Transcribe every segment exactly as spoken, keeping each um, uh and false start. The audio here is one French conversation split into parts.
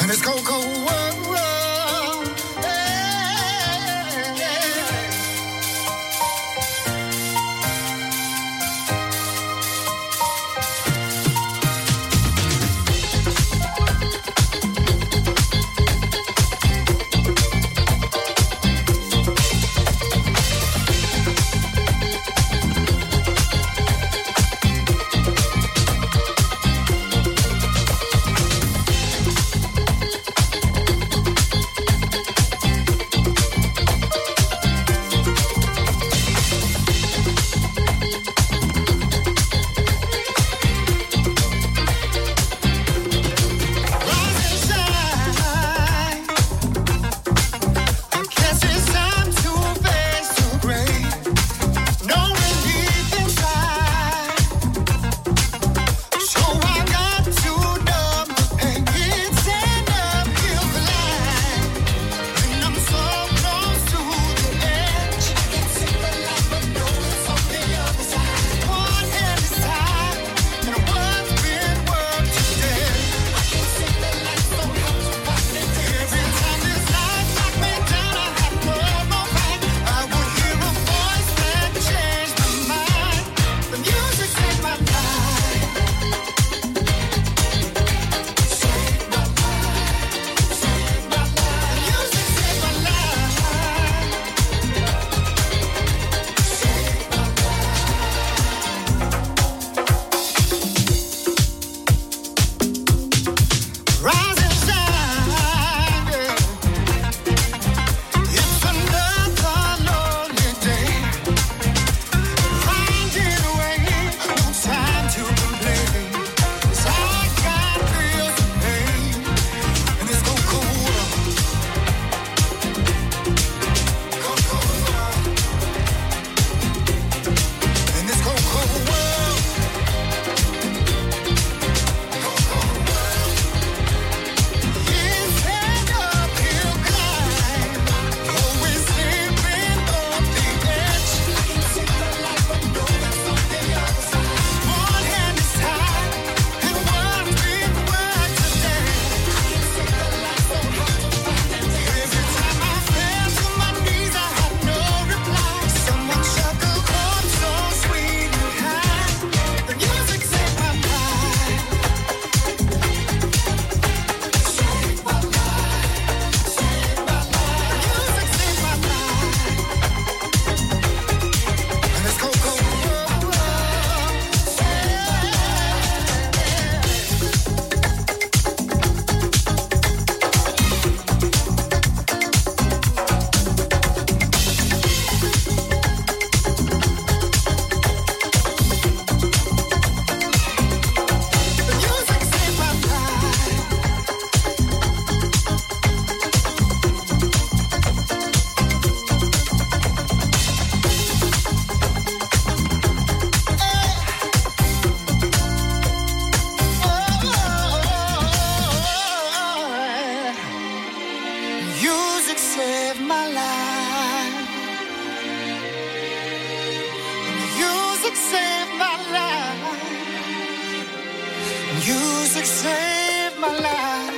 Music saved my life.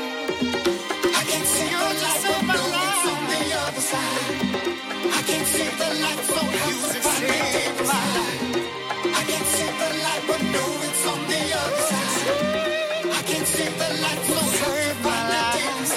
I can see your light, but no one's on the other side. I can see the light, so music saved my life. I can see the light, but no one's on the other side. I can see the light, so saved my life.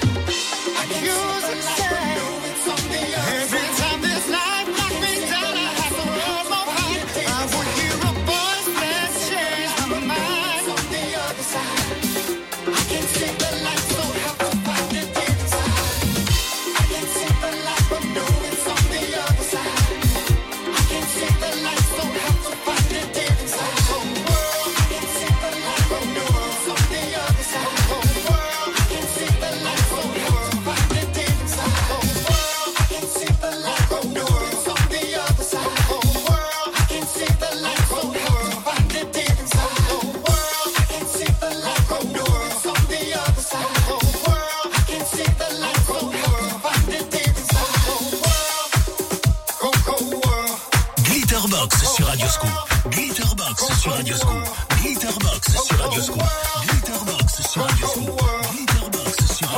I can see the light, but no one's on the other side. Every time this life knocks me down, I have to hold my fight. I will hear a voice that changes my mind. On the other side, I can see the light, so have to find it inside. I can see the light, but no one's on the other side. I can see the light, so have to find it inside. Oh world, I can see the light, but no one's on the other side. Oh world, I can see the light, so have to find it inside. Oh world, I can see the light, but no one's on the other side. Oh world, I can see the light, so have to find it inside. Oh world, I can see the light, but no one's on the other side. Oh world, I can see the light, so have to find it inside. Oh world, oh oh world. Glitterbox sur Radio Scoop. Glitterbox sur Radio Scoop. Glitterbox sur Radio Scoop. Glitterbox sur Radio Scoop. Glitterbox sur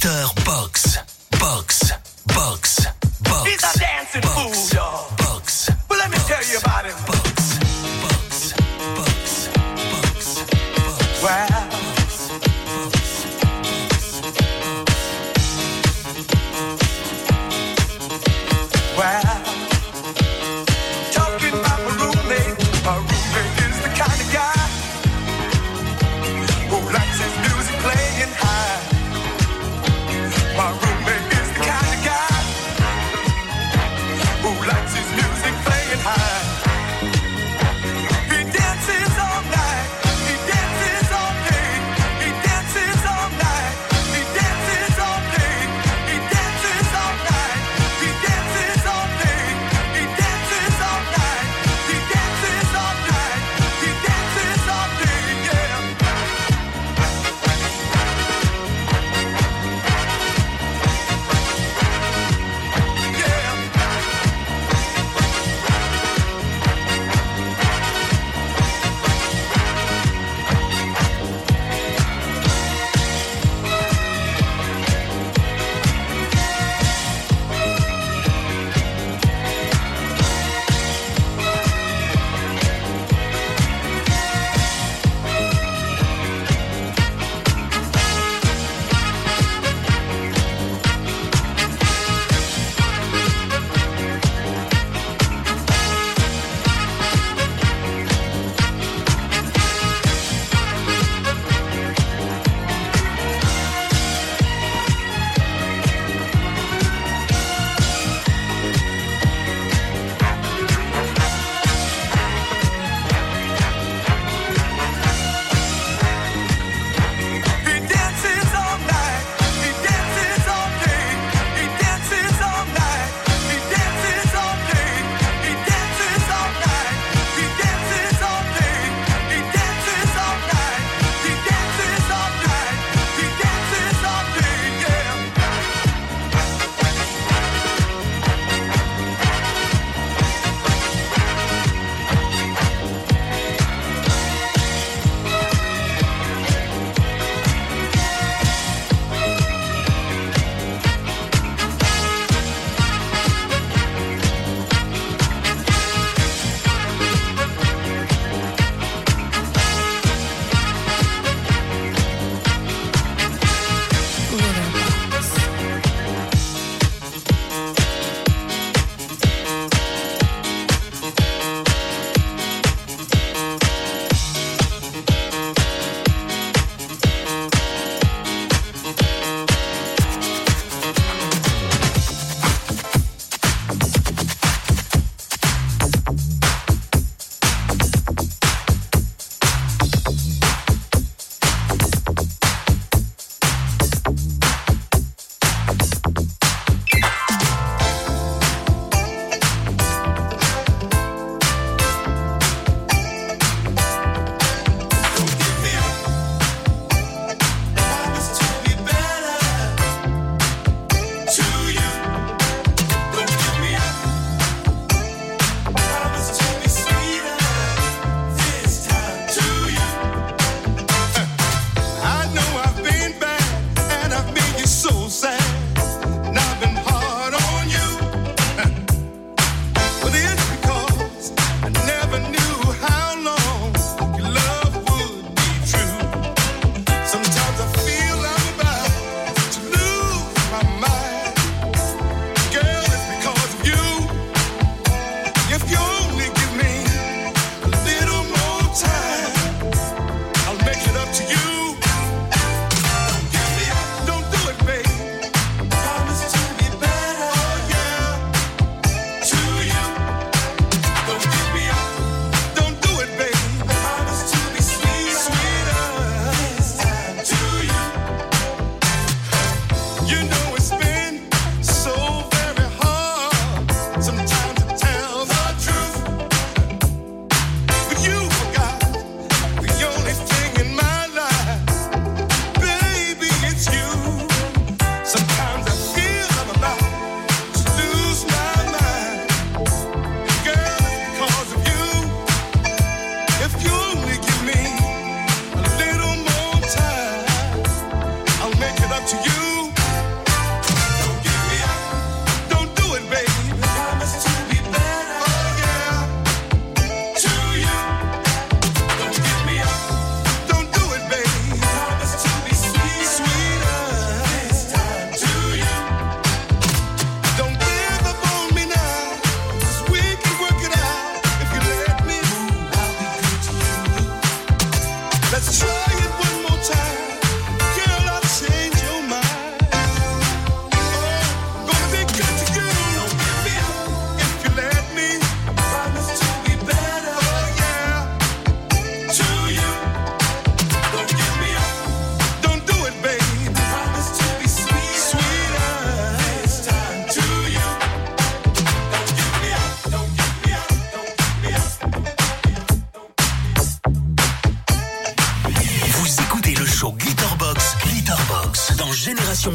Glitter Box. Box. Box. Box. He's a dancing fool, y'all. Box. But let me tell you about him. Box. Box. Box. Box. Box. Wow. Wow. Talking about my roommate. My roommate is the kind of guy who likes his music playing high. My roommate is the kind of guy who likes his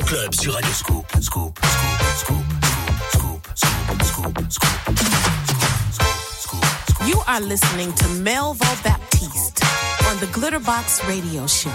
Club sur Radio Scoop. Scoop, scoop, scoop, scoop, scoop, scoop, scoop, scoop. You are listening to Melvo Baptiste on the Glitterbox Radio Show.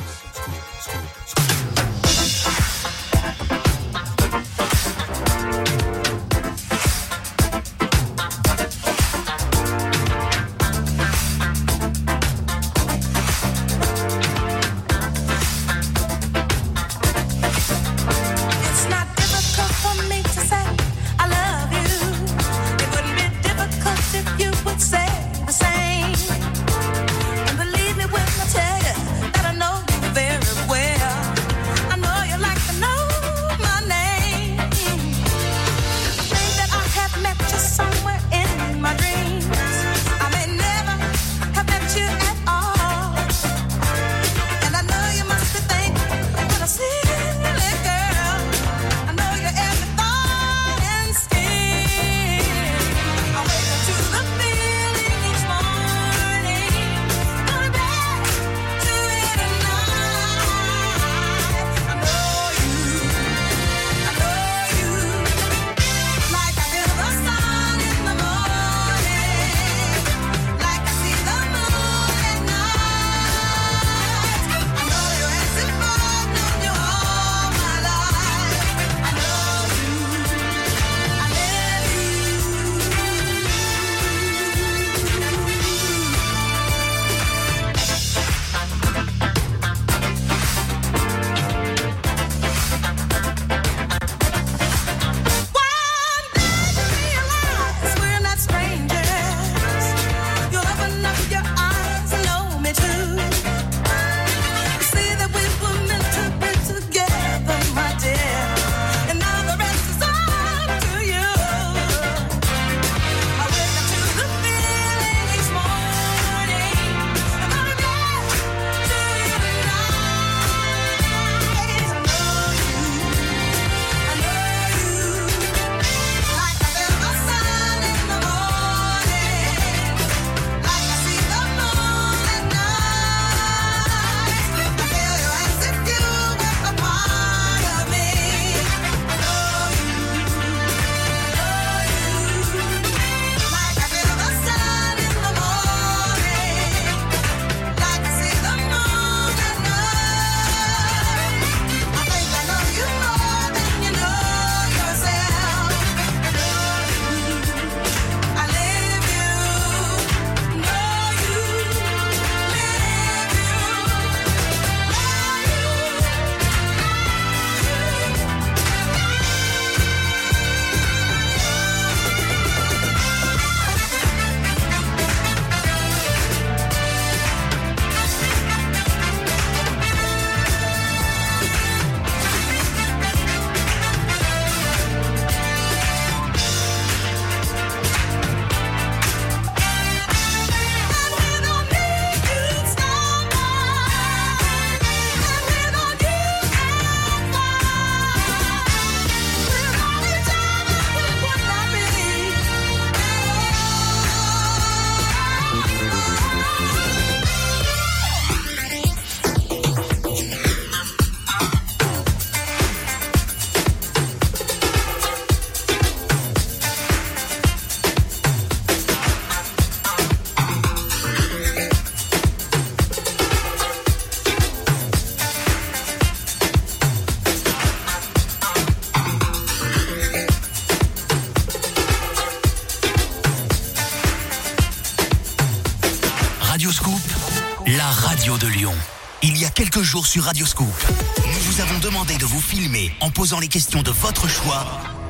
De Lyon. Il y a quelques jours sur Radio Scoop, nous vous avons demandé de vous filmer en posant les questions de votre choix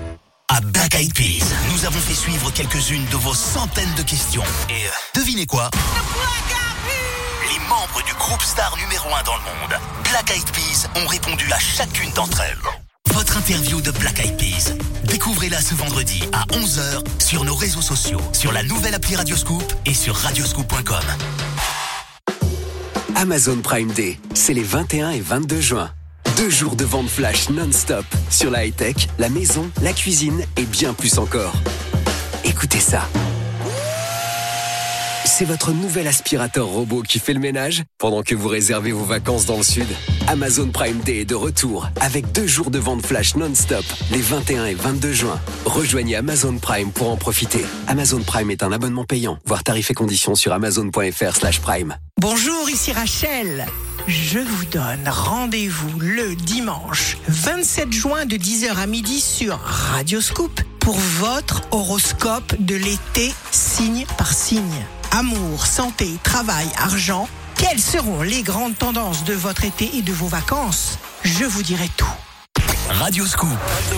à Black Eyed Peas. Nous avons fait suivre quelques-unes de vos centaines de questions. Et euh, devinez quoi? Les membres du groupe star numéro un dans le monde, Black Eyed Peas, ont répondu à chacune d'entre elles. Votre interview de Black Eyed Peas, découvrez-la ce vendredi à onze heures sur nos réseaux sociaux, sur la nouvelle appli Radio Scoop et sur radioscoop point com. Amazon Prime Day, c'est les vingt et un et vingt-deux juin. Deux jours de vente flash non-stop sur la high-tech, la maison, la cuisine et bien plus encore. Écoutez ça. c'est votre nouvel aspirateur robot qui fait le ménage pendant que vous réservez vos vacances dans le sud. Amazon Prime Day est de retour avec deux jours de vente flash non-stop les vingt et un et vingt-deux juin. Rejoignez Amazon Prime pour en profiter. Amazon Prime est un abonnement payant. Voir tarifs et conditions sur amazon.fr slash prime. Bonjour, ici Rachel. Je vous donne rendez-vous le dimanche vingt-sept juin de dix heures à midi sur Radio Scoop pour votre horoscope de l'été signe par signe. Amour, santé, travail, argent, quelles seront les grandes tendances de votre été et de vos vacances? Je vous dirai tout. Radio Scoop.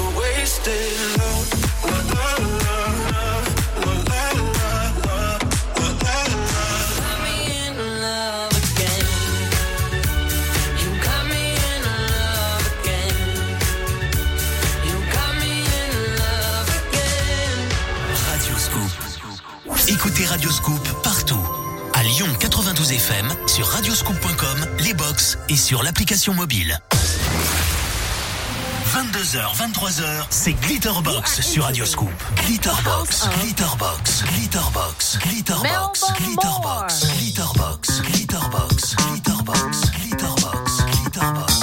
Écoutez Radio Scoop partout. À Lyon quatre-vingt-douze F M, sur radioscoop point com, les box et sur l'application mobile. vingt-deux heures, vingt-trois heures, c'est Glitterbox sur Radio Scoop. Glitterbox, Glitterbox, Glitterbox, Glitterbox, Glitterbox, Glitterbox, Glitterbox, Glitterbox, Glitterbox, Glitterbox.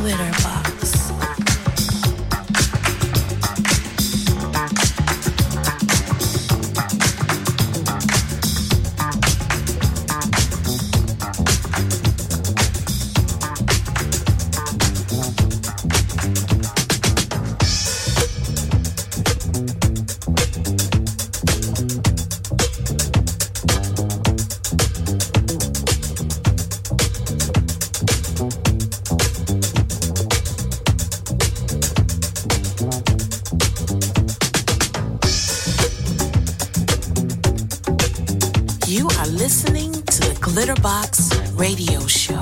Glitterbox Radio Show.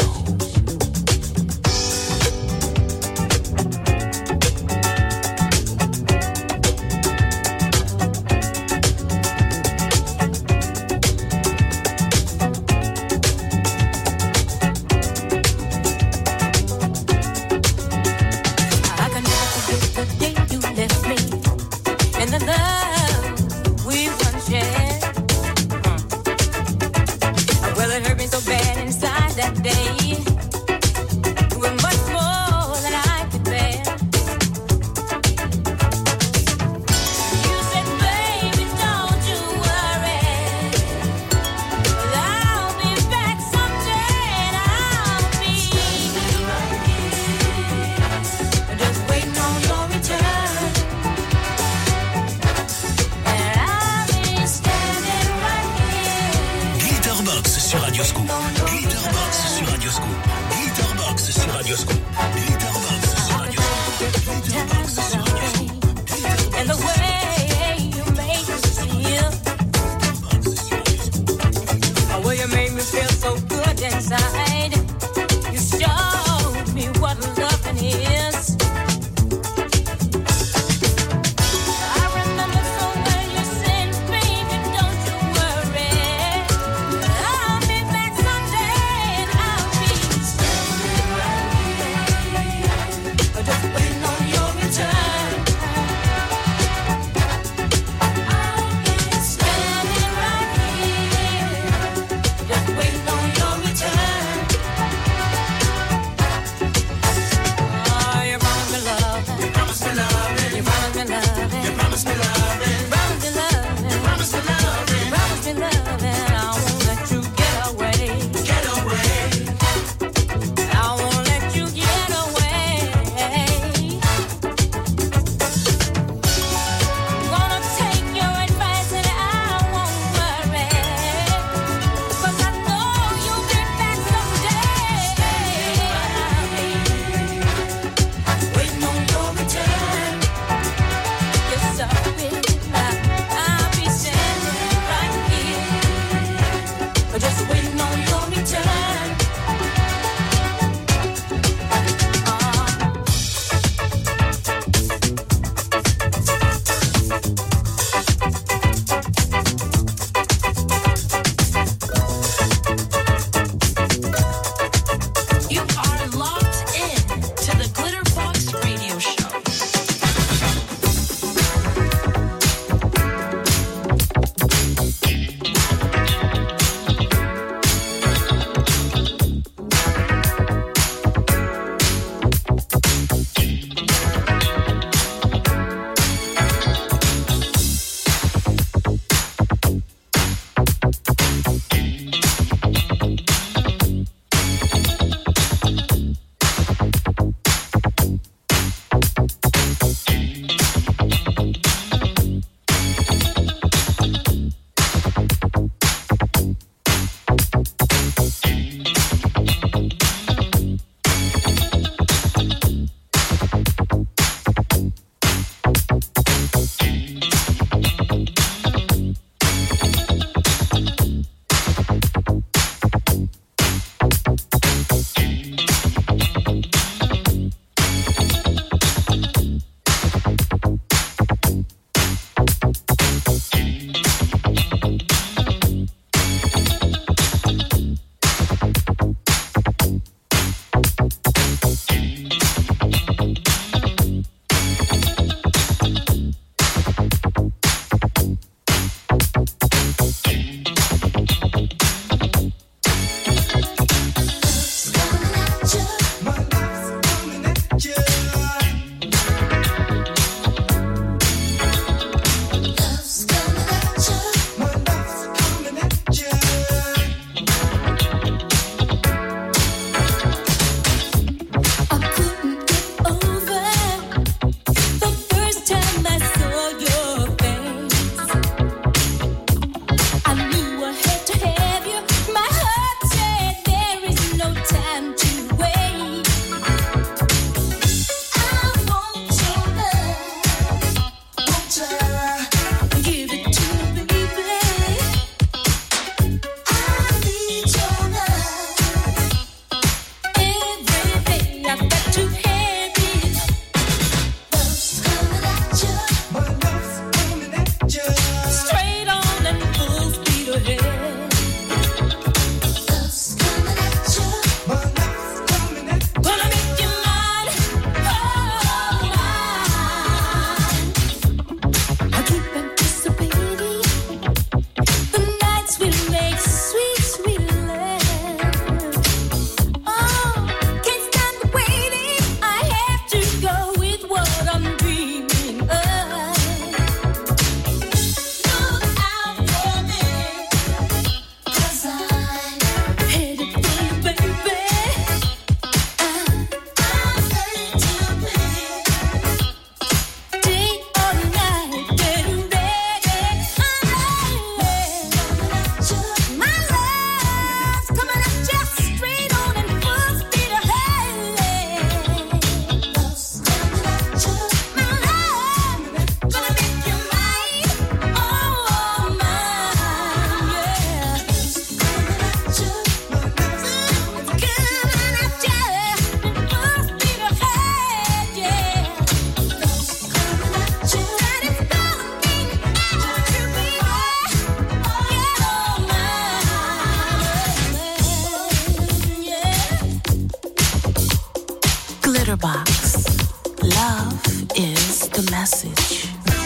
Love is the message.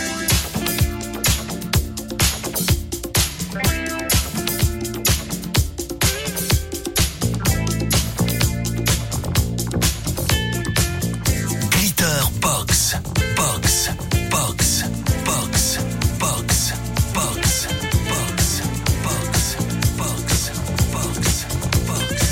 Glitter Box, Box, Box, Box, Box, Box, Box, Box, Box, Box, Box.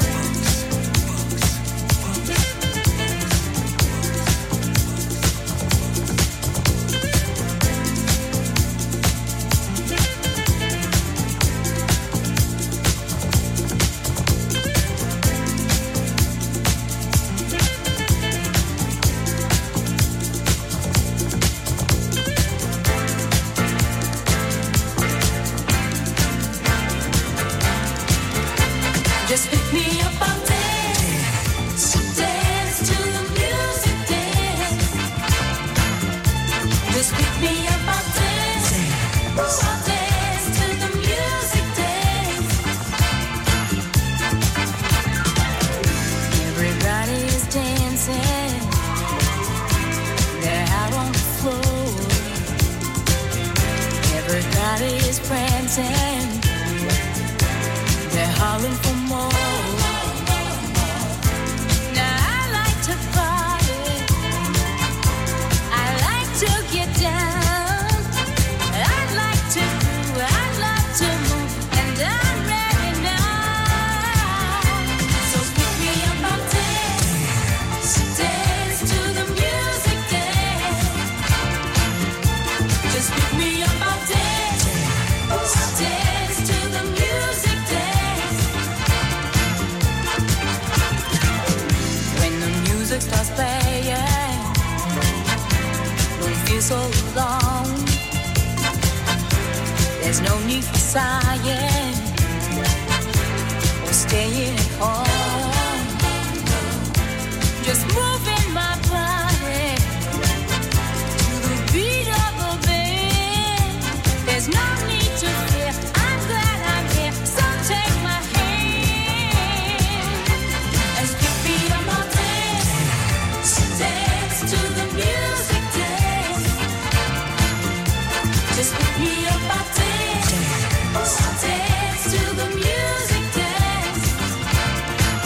Just pick me up, I'll dance. Dance to the music, dance. Just pick me up, I'll dance. I'll dance to the music, dance. Everybody is dancing. They're out on the floor. Everybody is prancing. They're hollering for more. Now I like to party. I like to get down. I like to groove. I love to move. And I'm ready now. So pick me up, I'll dance. Dance to the music, dance. Just pick me up, I'll dance. Dance to the music, dance. When the music starts playing, don't feel so alone. There's no need for sighing or staying at home. Just moving my body to the beat of the band. There's no need to fear. I'm glad I'm here. So take my hand and pick me up, I'll dance. Dance to the music, dance. Just pick me up, I'll dance. Dance to the music, dance.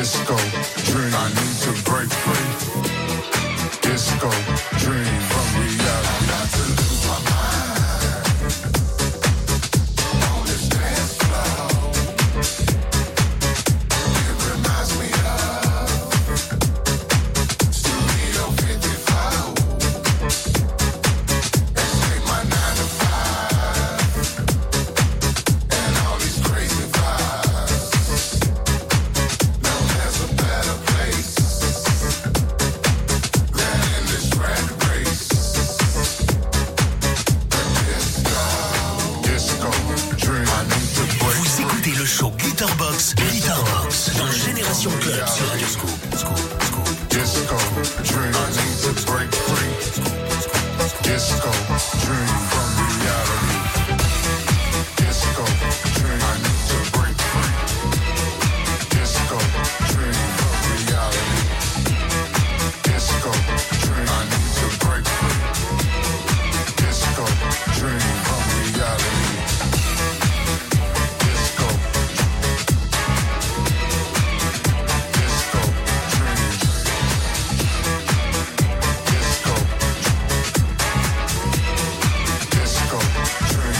Disco dream. I need to break free. Disco dream from reality. Not to lose my mind on this dance floor. It reminds me of Studio fifty-four. Let's take my nine to five and all these crazy vibes. No, there's a better place than in this rat race. Disco, disco dream. I need to break Vous écoutez le show Glitterbox, Glitterbox, dans Génération Club sur Radio Scoop. Scoop, Scoop. disco dream. I need to break free. Disco dream from reality. Disco dream. I need to break free. Disco dream from reality. Disco dream. I need to break free. Disco dream from reality. Disco. Disco dream. Disco. Disco dream.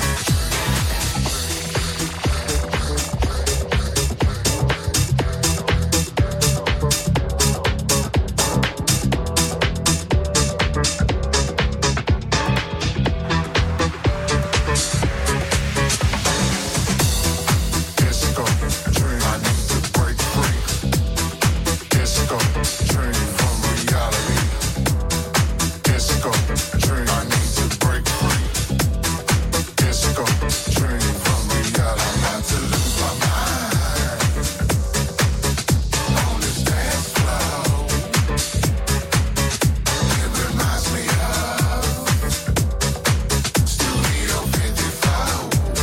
Disco dream. I need to break free. Disco dream from reality. Disco dream. I need to break free. Disco dream from reality. I'm about to lose my mind on this dance floor. It reminds me of Studio fifty-four.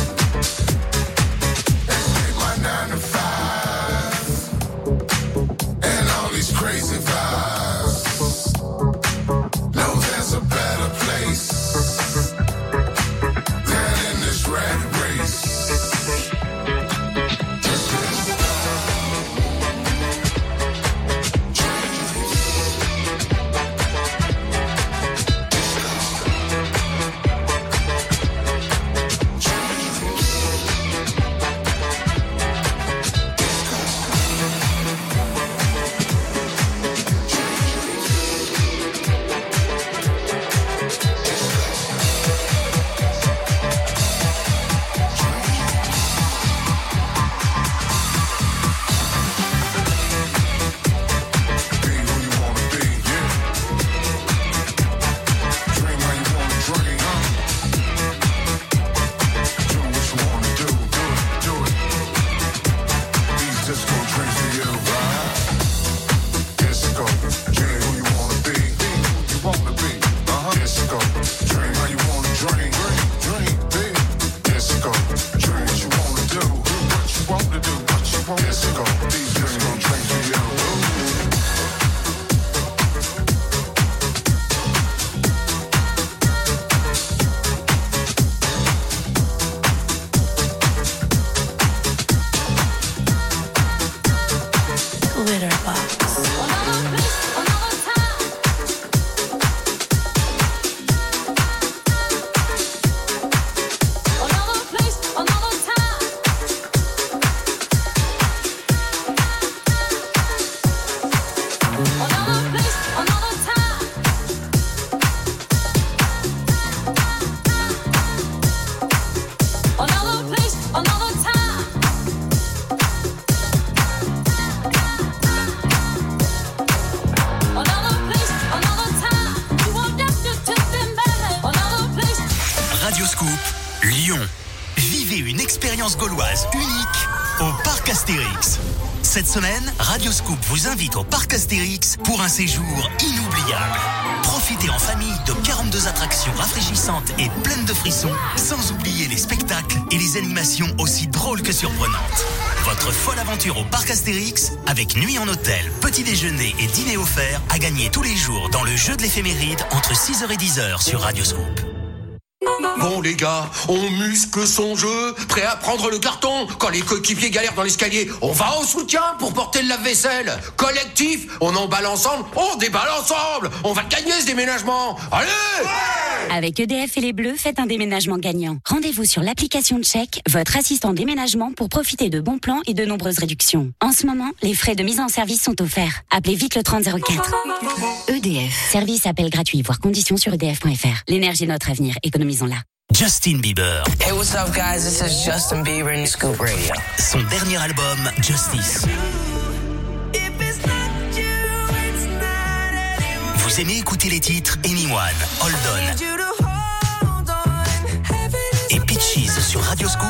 Let's take my nine to five and all these crazy vibes. No, there's a better place than in this rat race. Just this be who you wanna be, yeah. Dream how you wanna dream, huh? Do what you wanna do, do it, do it. These disco dreams for you, right? Disco dream who you wanna be, be who you wanna be, uh-huh. Disco dream how you wanna dream, dream, dream, be. Disco dream what you wanna do, do what you wanna do, what you wanna disco. These disco dreams for you. Glitterbox. Radio Scoop, Lyon. Vivez une expérience gauloise unique au Parc Astérix. Cette semaine, Radio Scoop vous invite au Parc Astérix pour un séjour inoubliable. Profitez en famille de quarante-deux attractions rafraîchissantes et pleines de frissons, sans oublier les spectacles et les animations aussi drôles que surprenantes. Votre folle aventure au Parc Astérix, avec nuit en hôtel, petit déjeuner et dîner offert, à gagner tous les jours dans le jeu de l'éphéméride entre six heures et dix heures sur Radio Scoop. Bon les gars, on muscle son jeu, prêt à prendre le carton. Quand les coéquipiers galèrent dans l'escalier, on va au soutien pour porter le lave-vaisselle. Collectif, on emballe ensemble, on déballe ensemble. On va gagner ce déménagement. Allez ouais. Avec E D F et les Bleus, faites un déménagement gagnant. Rendez-vous sur l'application Check, votre assistant déménagement, pour profiter de bons plans et de nombreuses réductions. En ce moment, les frais de mise en service sont offerts. Appelez vite le trente zéro quatre. E D F. Service appel gratuit, voire conditions sur E D F point F R. L'énergie est notre avenir, économisons-la. Justin Bieber. Hey, what's up, guys? This is Justin Bieber in Scoop Radio. Son dernier album, Justice. Vous aimez écouter les titres Anyone, Hold On et Peaches sur Radio Scoop?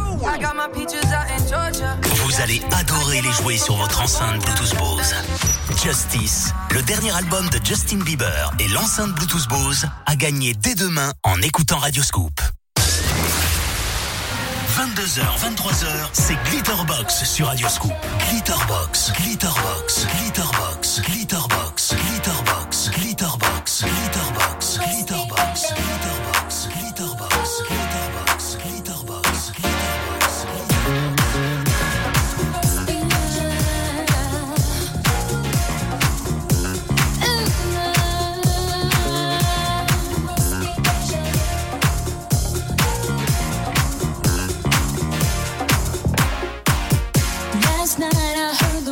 Vous allez adorer les jouer sur votre enceinte Bluetooth Bose. Justice, le dernier album de Justin Bieber et l'enceinte Bluetooth Bose à gagner dès demain en écoutant Radio Scoop. vingt-deux heures, vingt-trois heures, c'est Glitterbox sur Radio Scoop. Glitterbox, Glitterbox, Glitterbox, Glitterbox, Glitterbox, Glitterbox, Glitterbox, Glitterbox, Glitterbox, Glitterbox, Glitterbox, Glitterbox. Last night I heard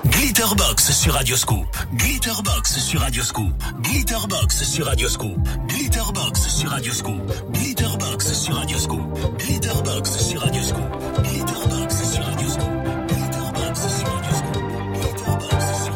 Glitterbox sur Radioscoop. Glitterbox sur Radioscoop. Glitterbox sur Radioscoop. Glitterbox sur Radioscoop. Glitterbox sur Radioscoop. Glitterbox sur Radioscoop. Glitterbox sur Radioscoop. Glitterbox sur Radioscoop. Glitterbox sur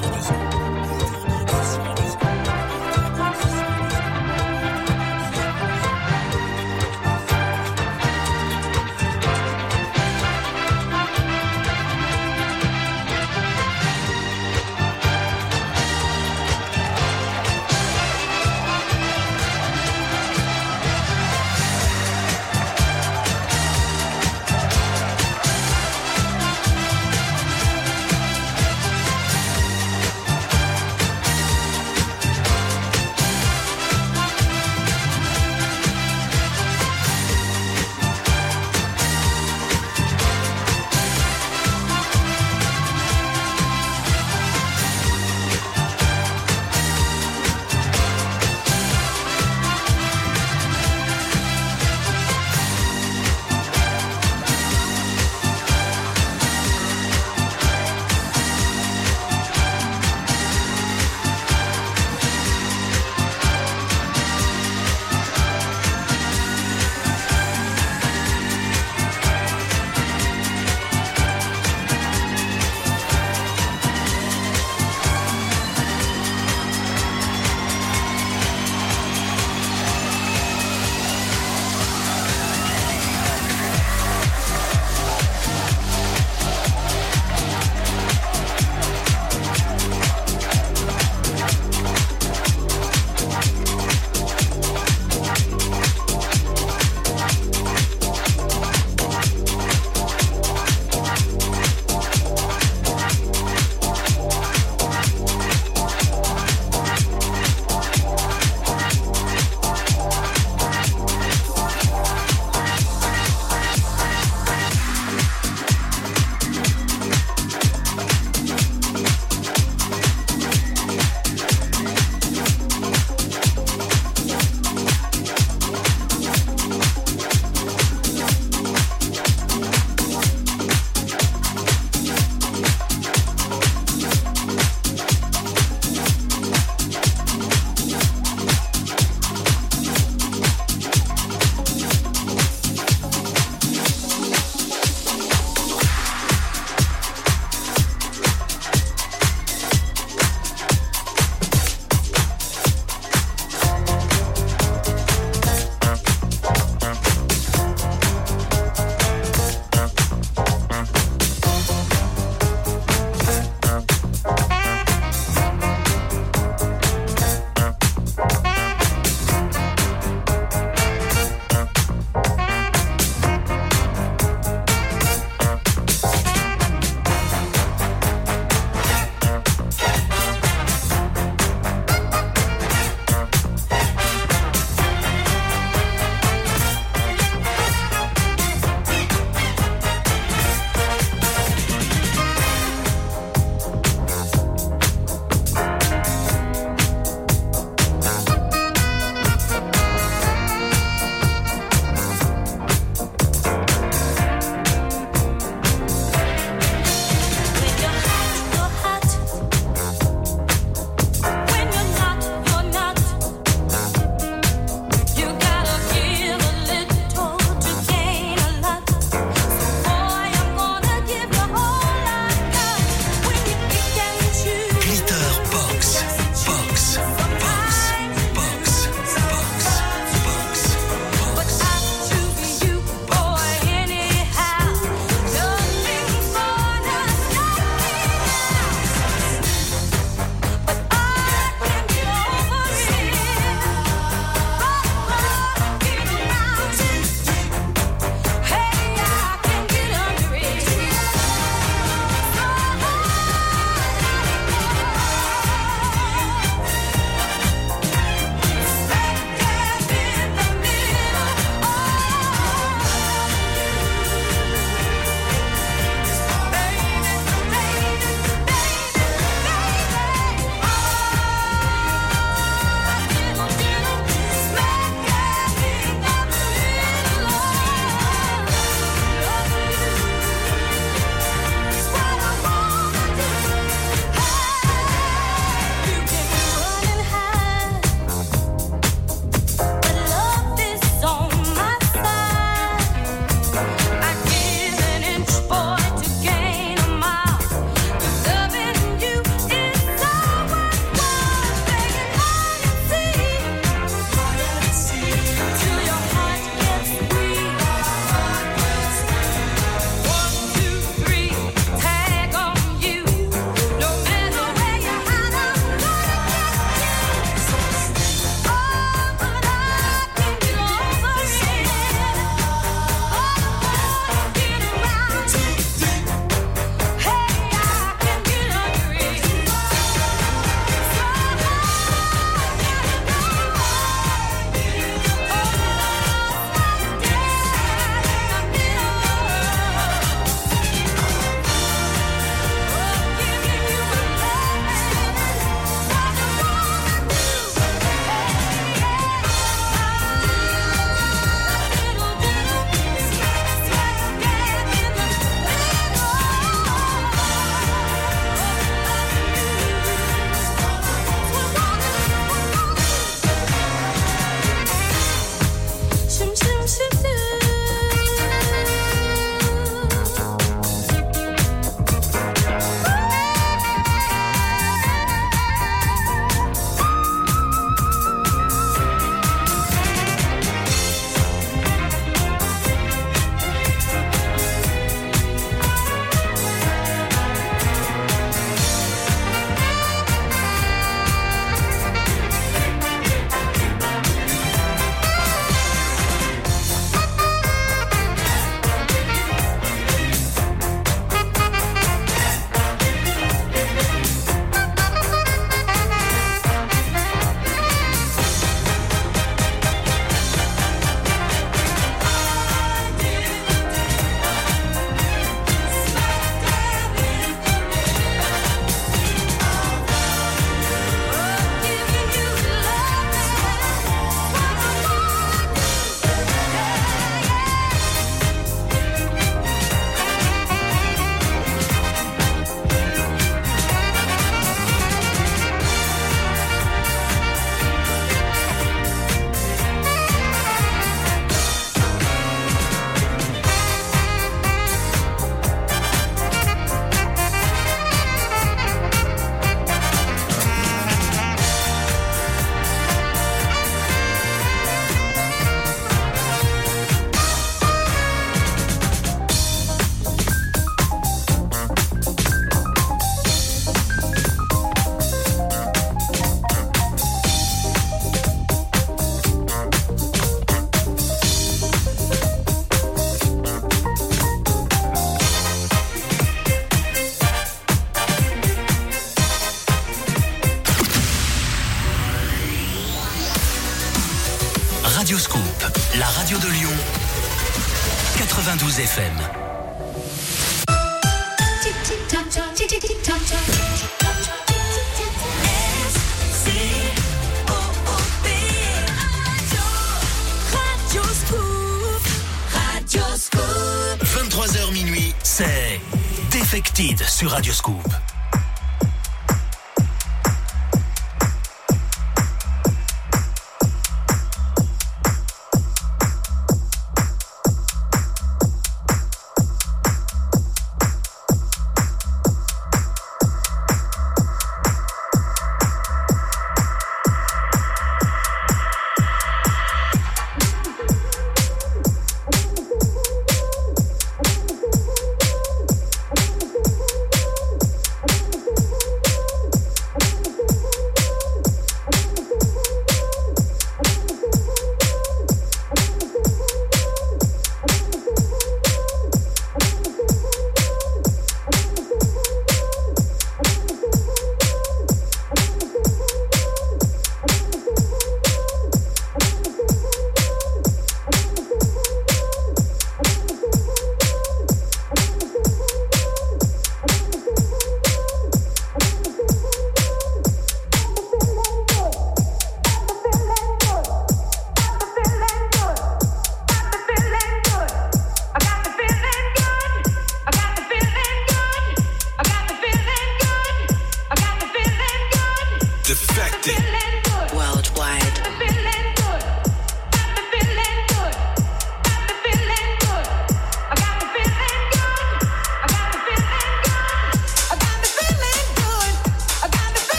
Radio Scoop, la radio de Lyon, quatre-vingt-douze F M. vingt-trois heures minuit, c'est Defected sur Radio Scoop.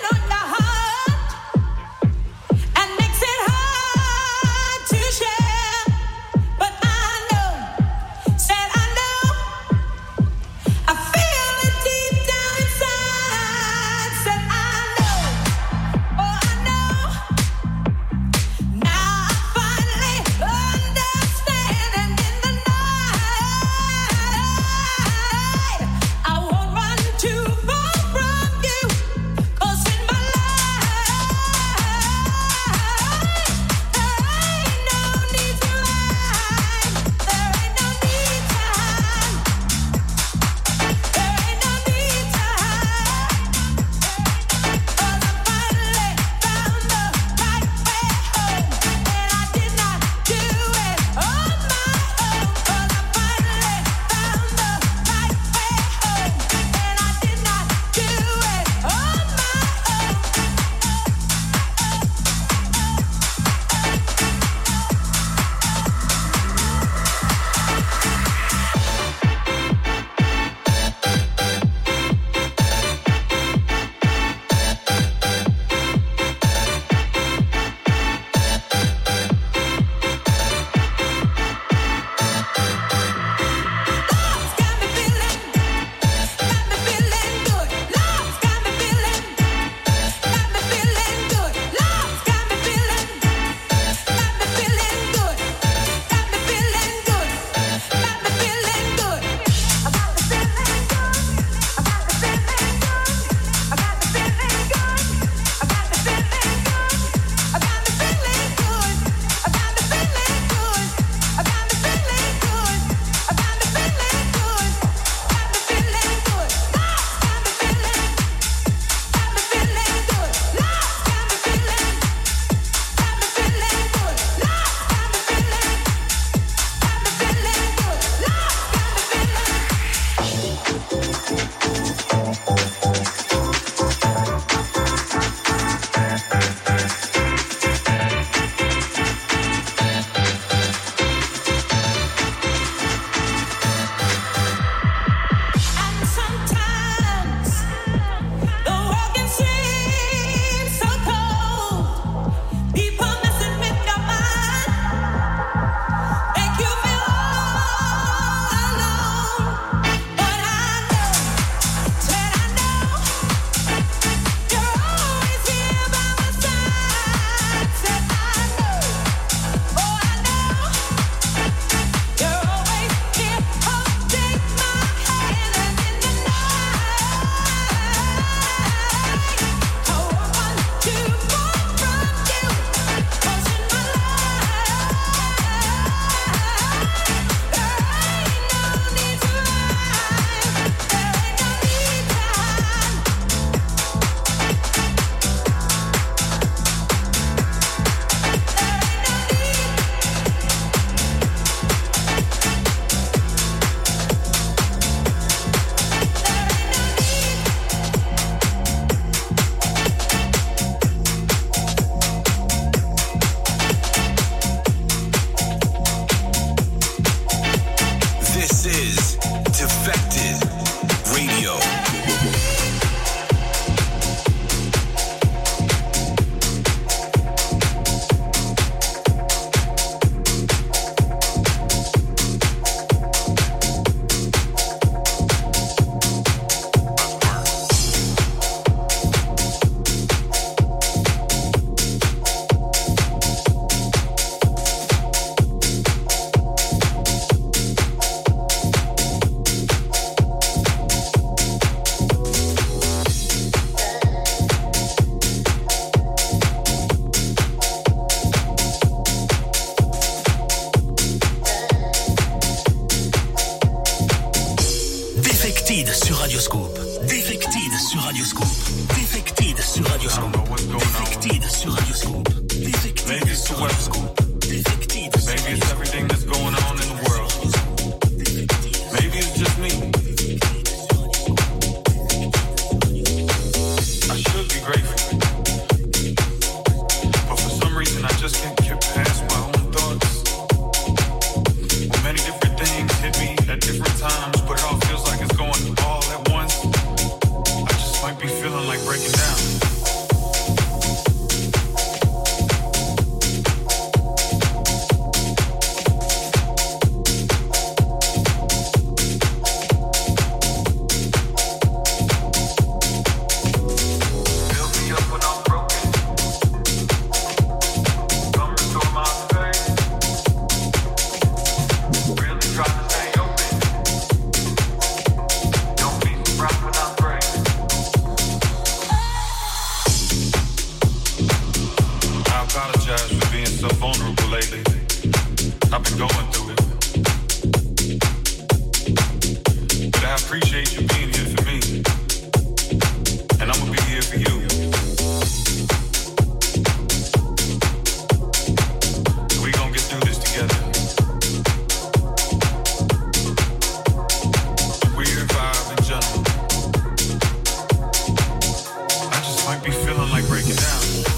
Share apologize for being so vulnerable lately. I've been going through it. But I appreciate you being here for me. And I'm gonna be here for you. We gonna get through this together. Weird vibe in general. I just might be feeling like breaking down.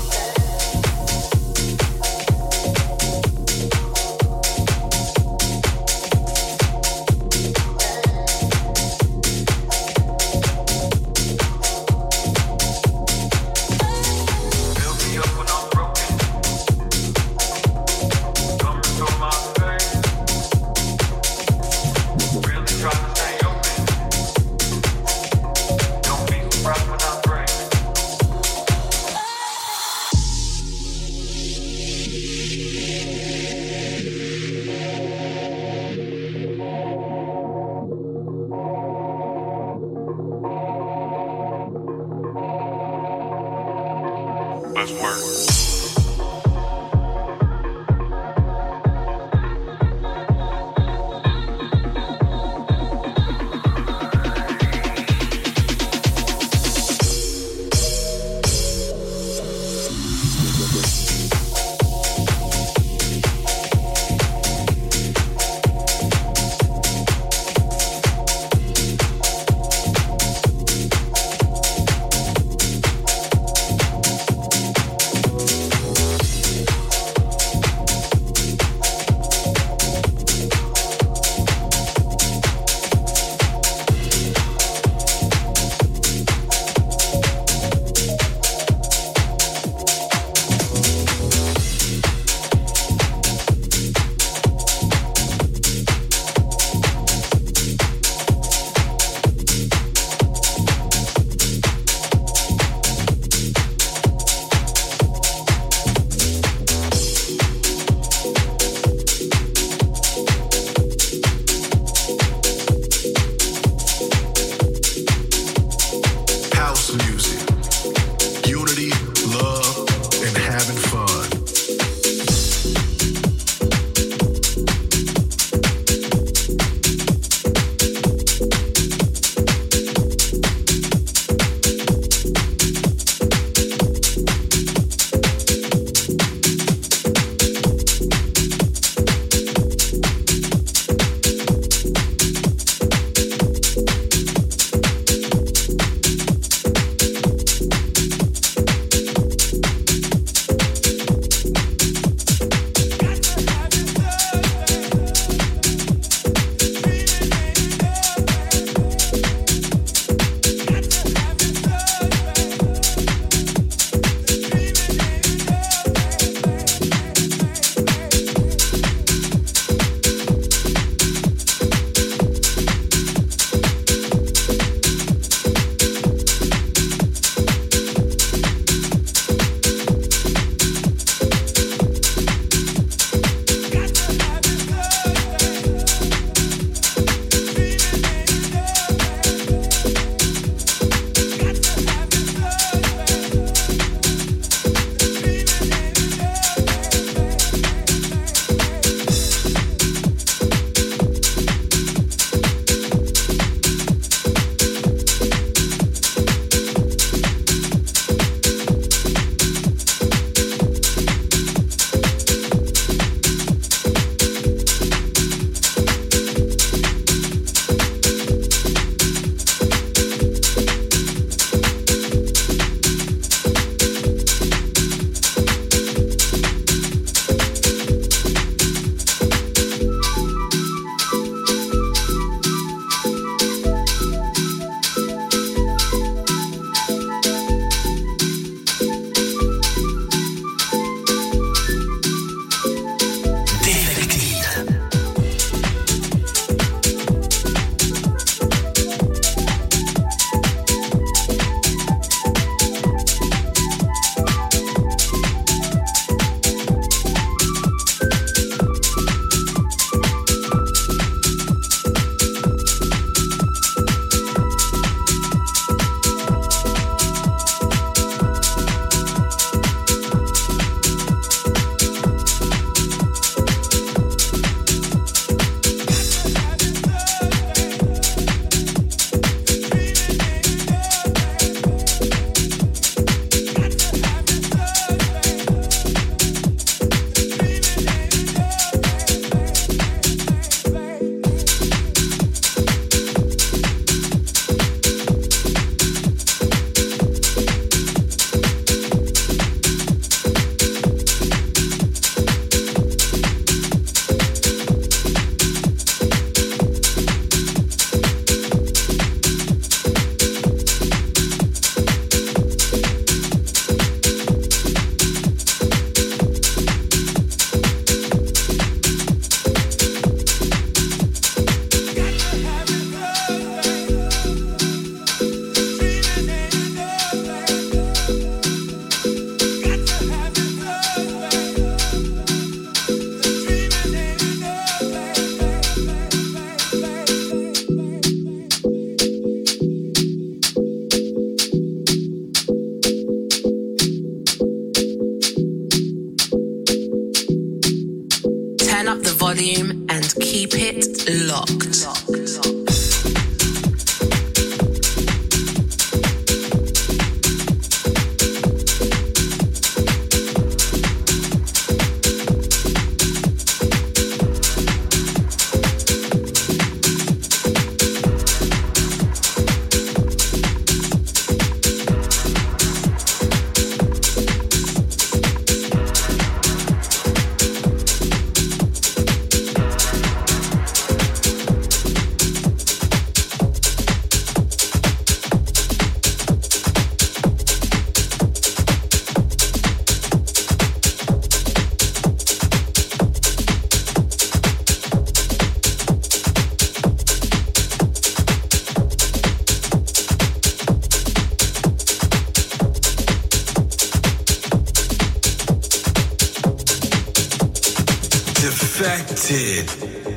Let's work. Turn up the volume and keep it locked. Defected.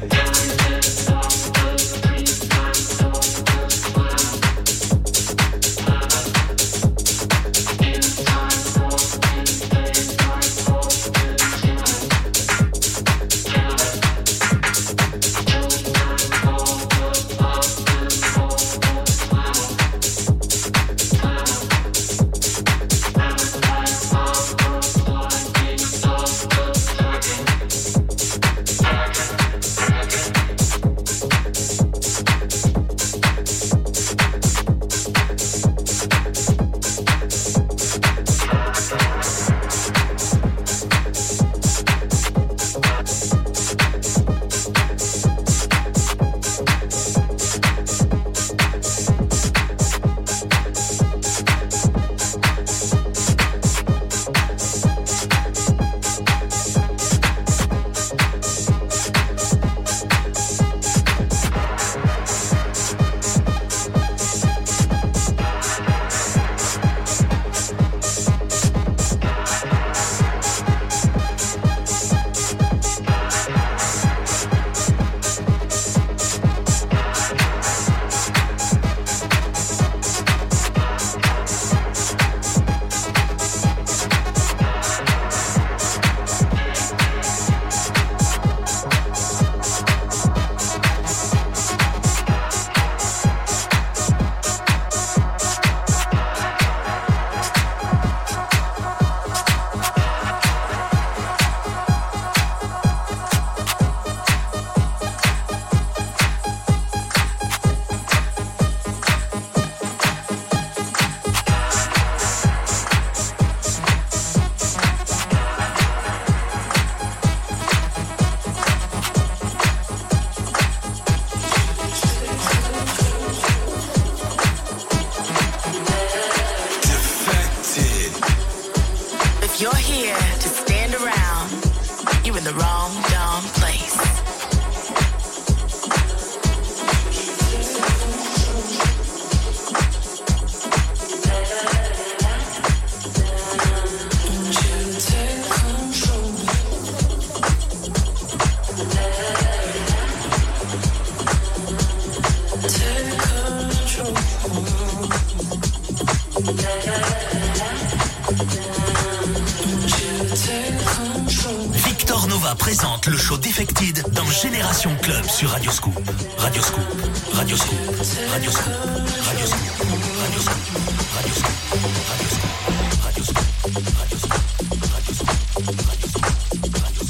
Présente le show Defected dans Génération Club sur Radio Scoop. Radio Scoop, Radio Scoop, Radio Scoop, Radio Scoop, Radio Scoop, Radio Scoop, Radio Scoop, Radio Scoop, Radio Scoop, Radio Scoop, Radio Scoop, Radio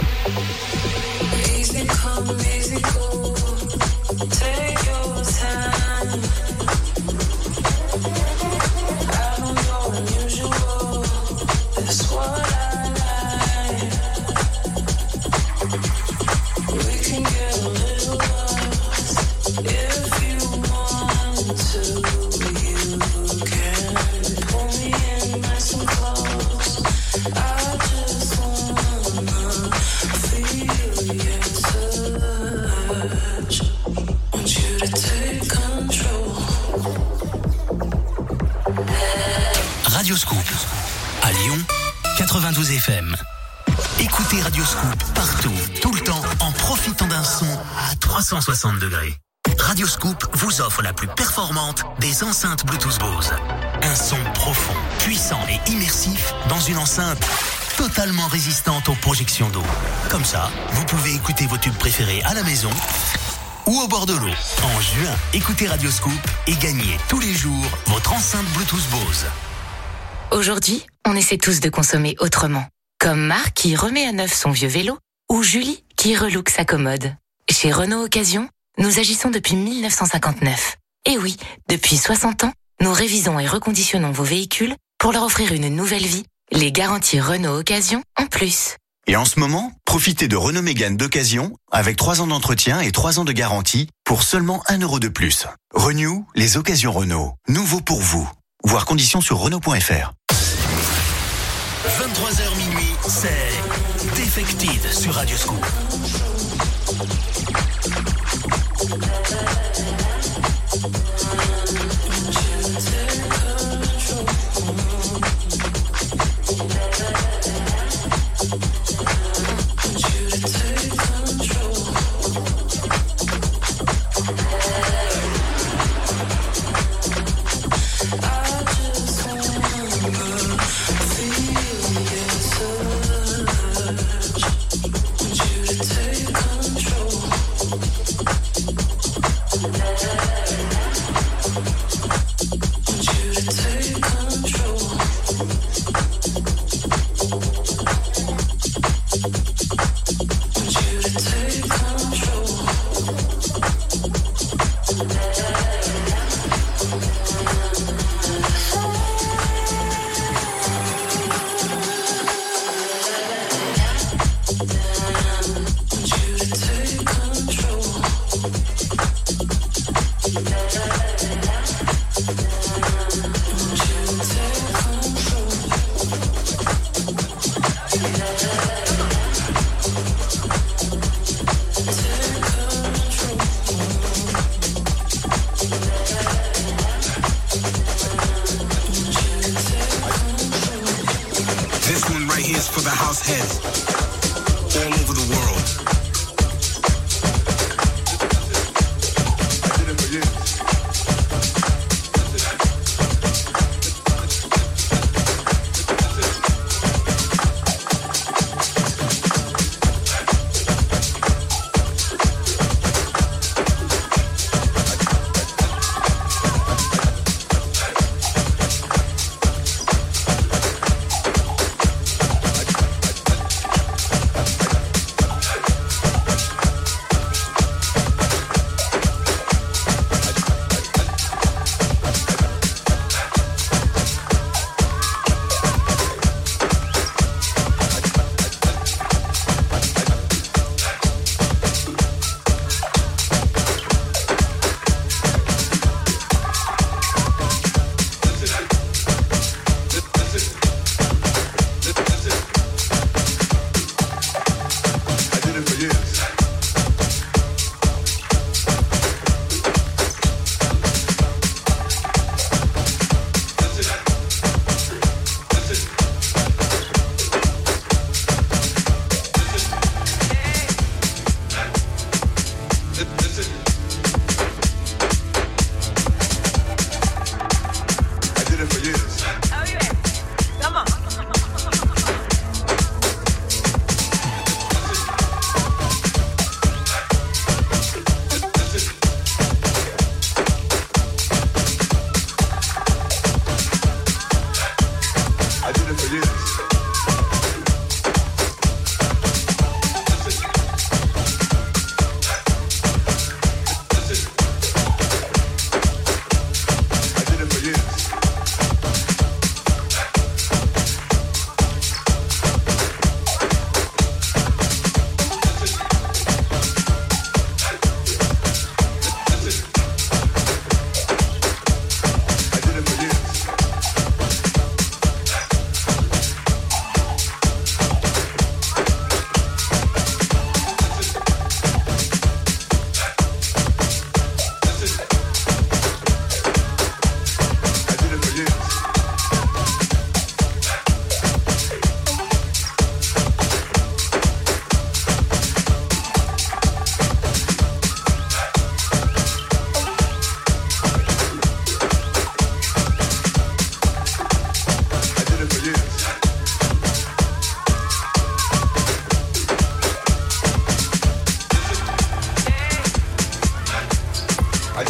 Easy come, easy go. Take your time. quatre-vingt-douze F M. Écoutez Radio Scoop partout, tout le temps, en profitant d'un son à trois cent soixante degrés. Radio Scoop vous offre la plus performante des enceintes Bluetooth Bose. Un son profond, puissant et immersif dans une enceinte totalement résistante aux projections d'eau. Comme ça, vous pouvez écouter vos tubes préférés à la maison ou au bord de l'eau. En juin, écoutez Radio Scoop et gagnez tous les jours votre enceinte Bluetooth Bose. Aujourd'hui, on essaie tous de consommer autrement. Comme Marc qui remet à neuf son vieux vélo ou Julie qui relook sa commode. Chez Renault Occasion, nous agissons depuis mille neuf cent cinquante-neuf. Et oui, depuis soixante ans, nous révisons et reconditionnons vos véhicules pour leur offrir une nouvelle vie. Les garanties Renault Occasion en plus. Et en ce moment, profitez de Renault Mégane d'occasion avec trois ans d'entretien et trois ans de garantie pour seulement un euro de plus. Renew, les occasions Renault. Nouveau pour vous. Voir conditions sur Renault point F R. vingt-trois heures minuit, c'est Defected sur Radio Scoop. Take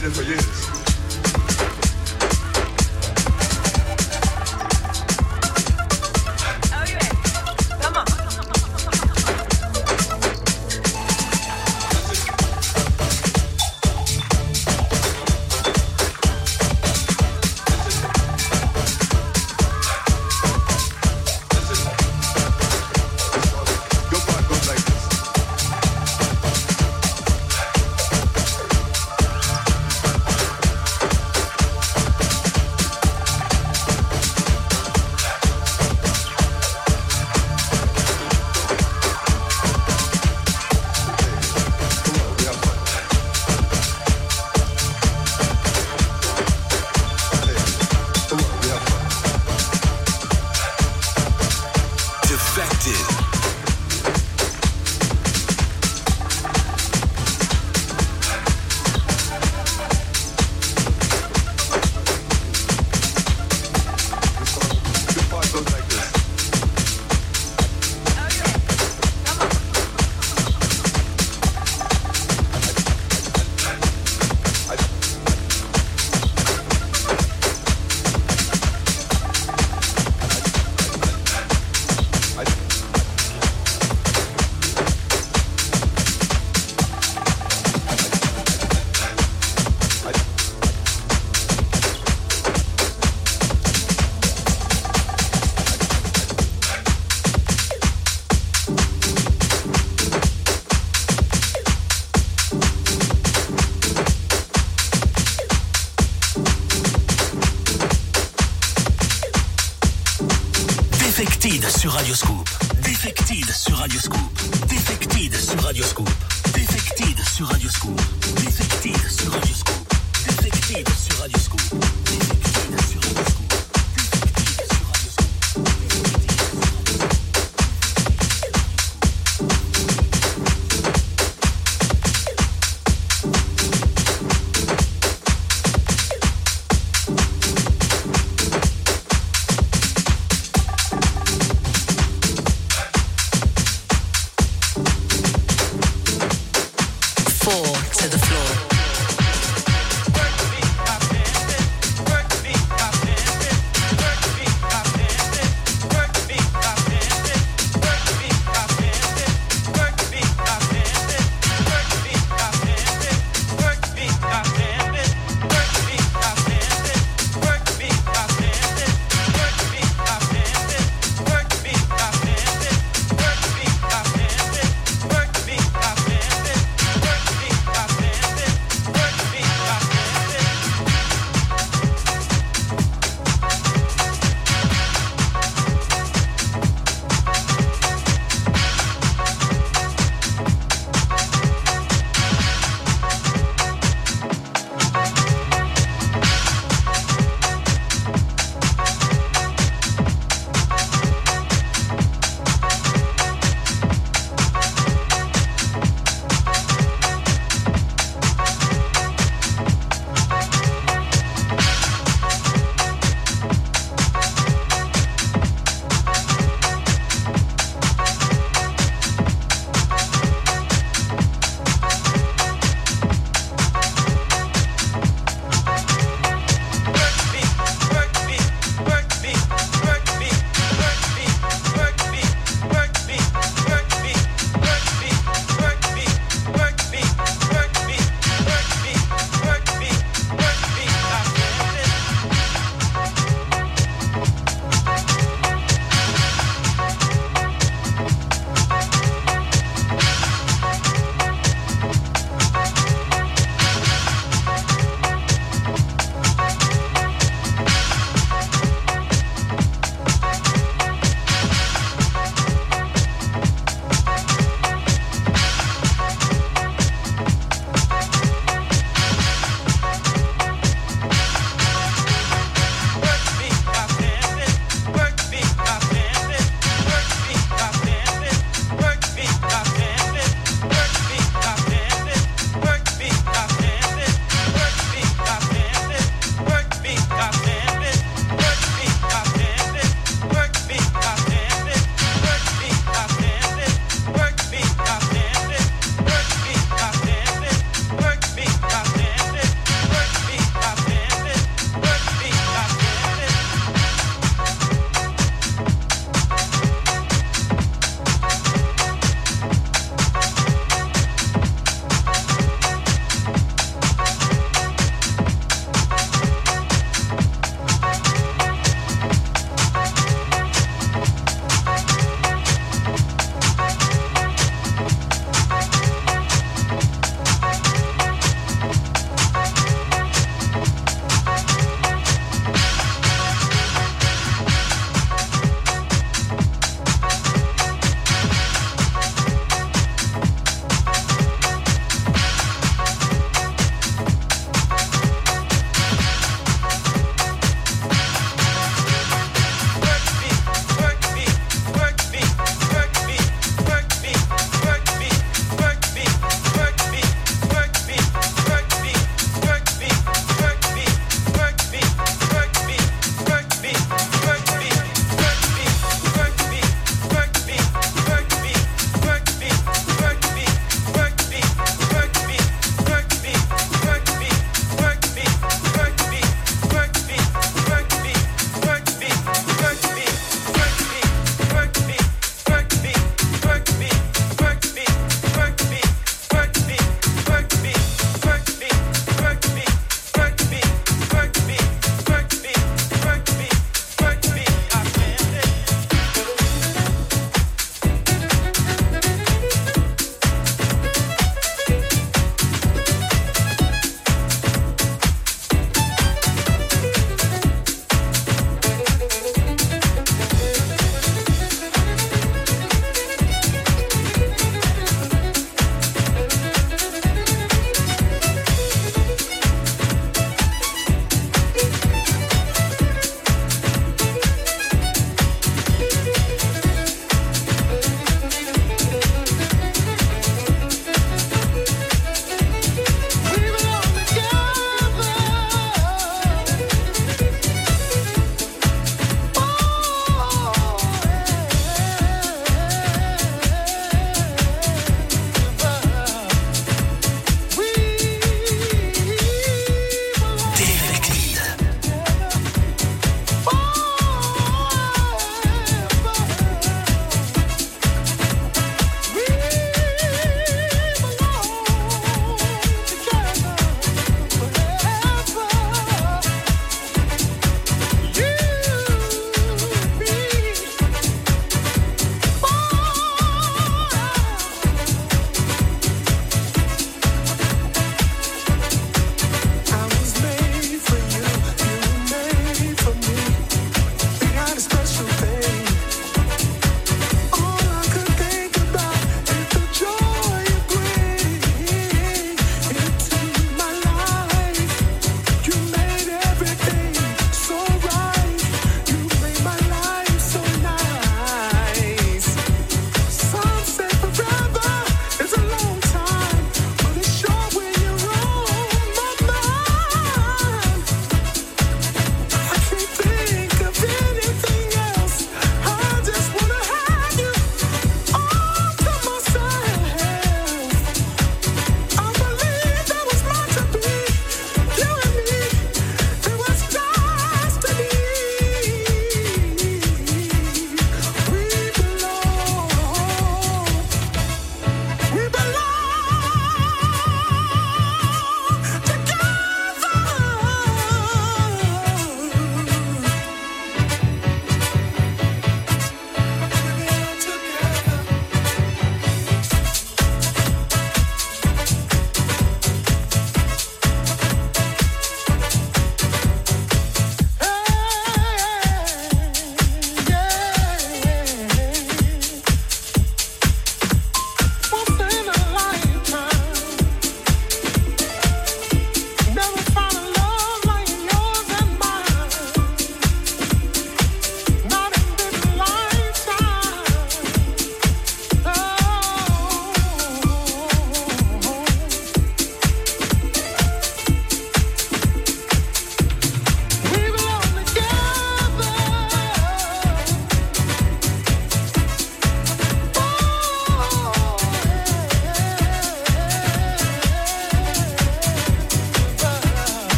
been here for years. Sur Radio Scoop. Defected sur Radio Scoop. Defected sur Radio Scoop. Defected sur Radio Scoop. Defected sur Radio Scoop. Defected sur Radio Scoop. Defected sur Radio Scoop.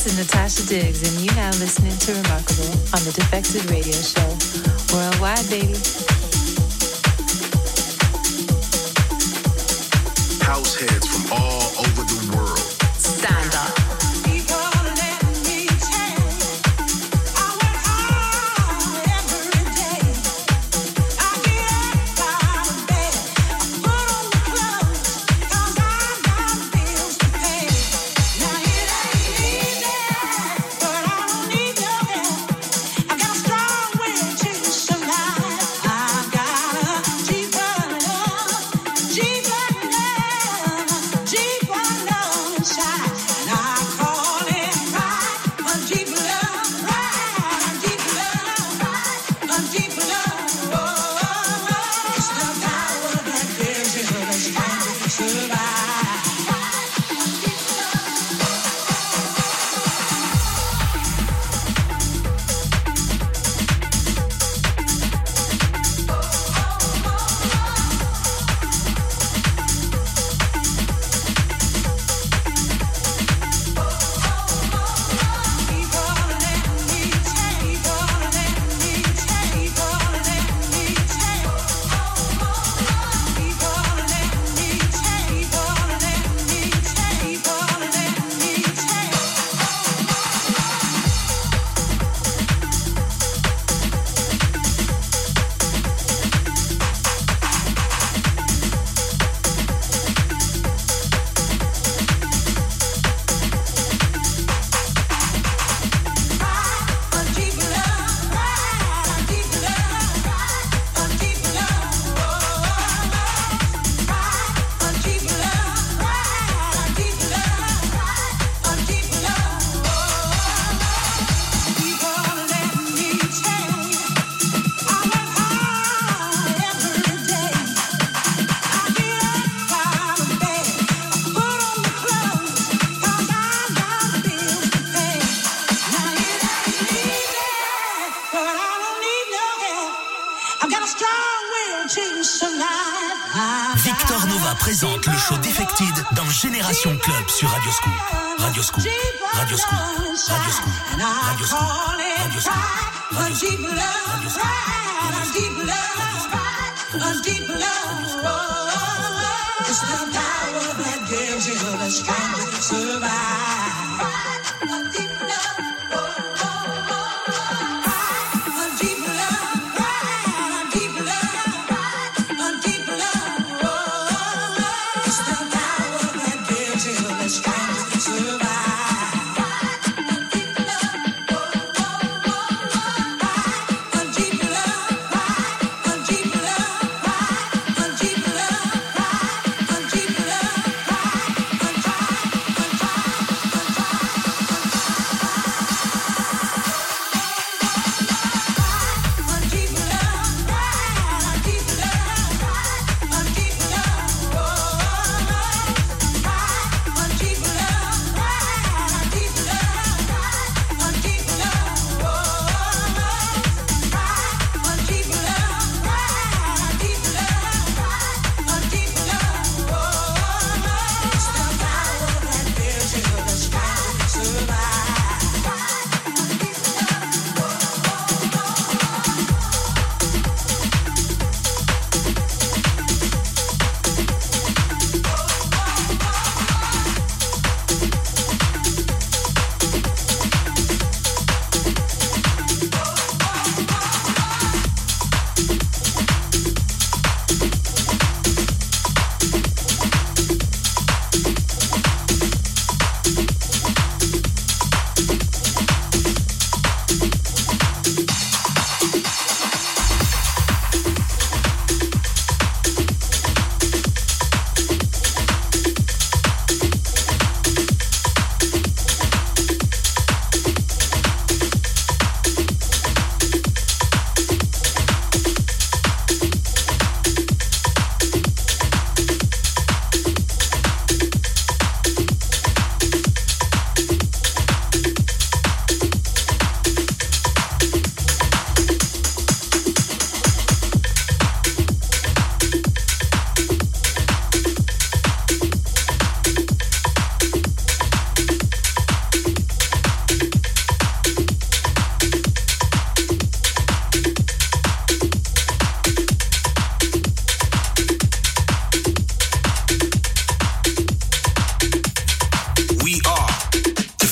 This is Natasha Diggs, and you're now listening to Remarkable on the Defected Radio Show. Worldwide, baby. House heads from all over the world. Stand up. Victor Nova présente le show Defected dans Génération Club sur Radio Scoop. Radio Scoop, Radio Scoop, Radio Scoop, Radio Scoop, Radio Scoop, Radio Scoop, Radio Scoop, Radio Scoop,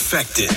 Defected.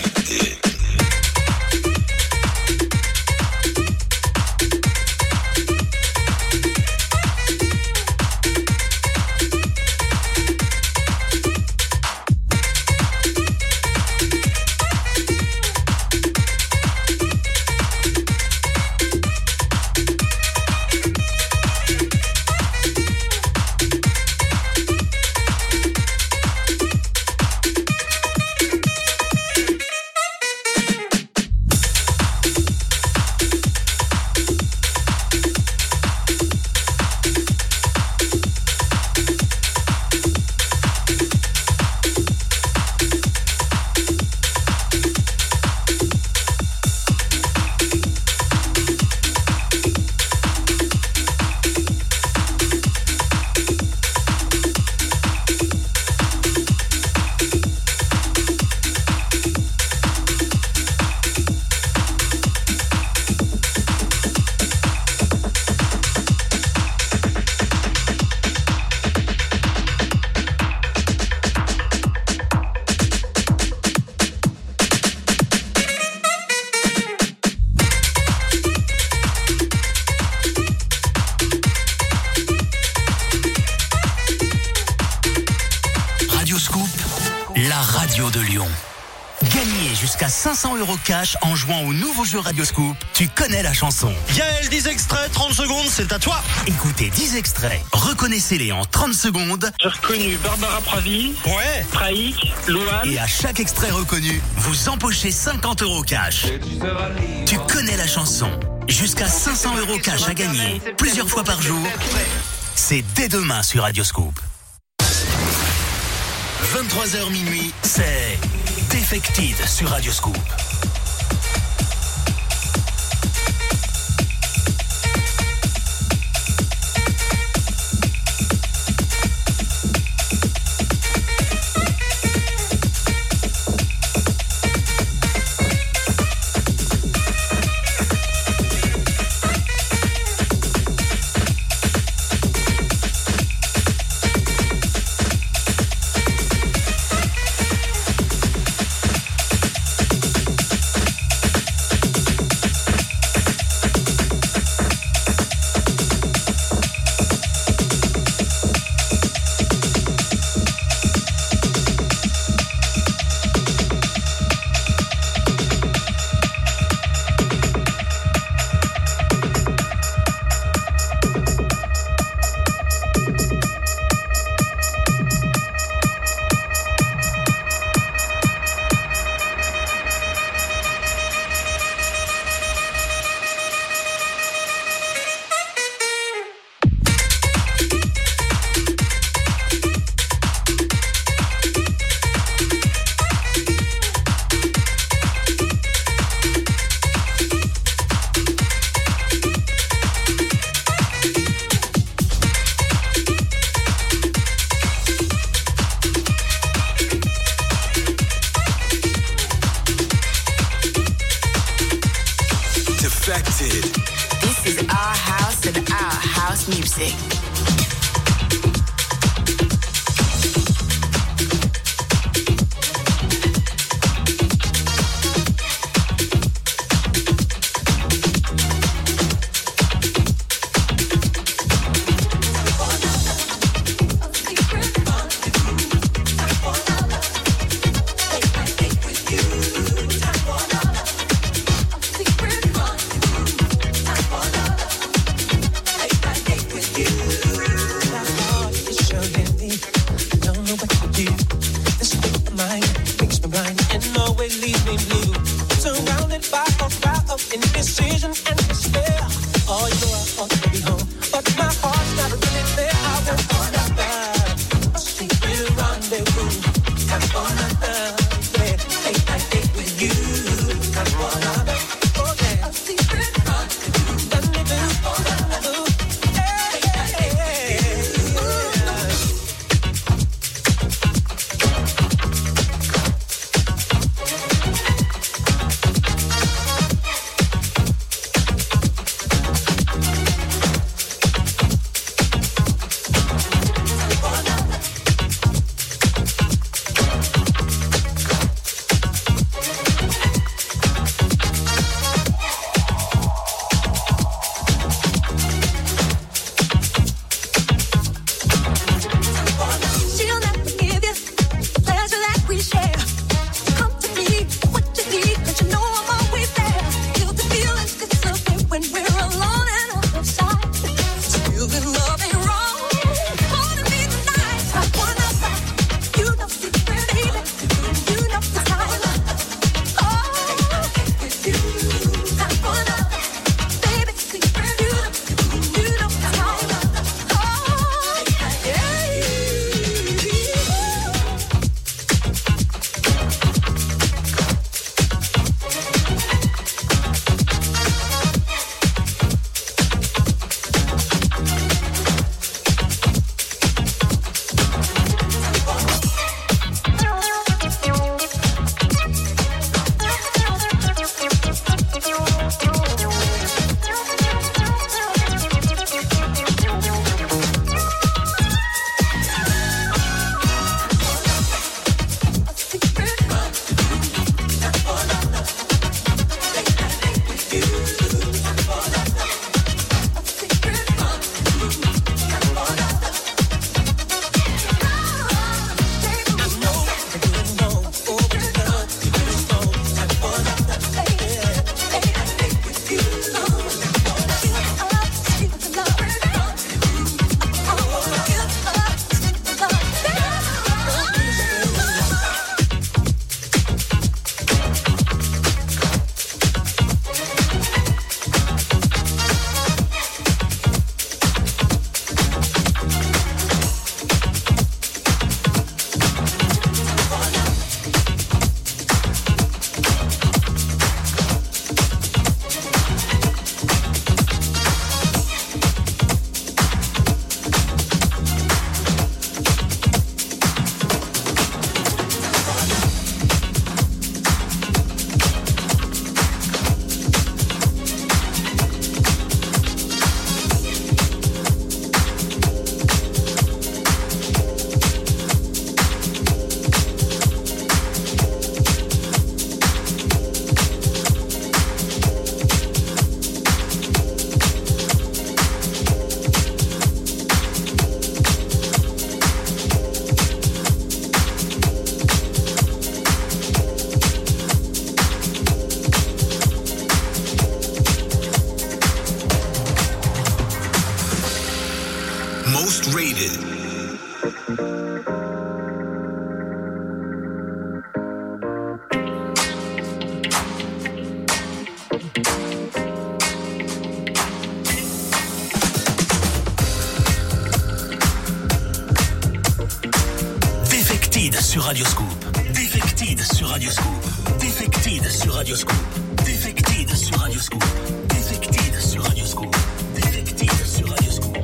cinq cents euros cash en jouant au nouveau jeu Radioscoop. Tu connais la chanson. Yael, dix extraits, trente secondes, c'est à toi. Écoutez dix extraits, reconnaissez-les en trente secondes. J'ai reconnu Barbara Pravi, ouais, Traïk, Louane. Et à chaque extrait reconnu, vous empochez cinquante euros cash. Tu connais la chanson. Jusqu'à cinq cents euros cash à gagner plusieurs fois par jour. C'est dès demain sur Radioscoop. vingt-trois heures minuit, c'est Defected sur Radioscoop. music. Most rated. Defected sur Radio Scoop. Defected sur Radio Scoop. Defected sur Radio Scoop. Defected sur Radio Scoop. Defected sur Radio Scoop. Defected sur Radio Scoop.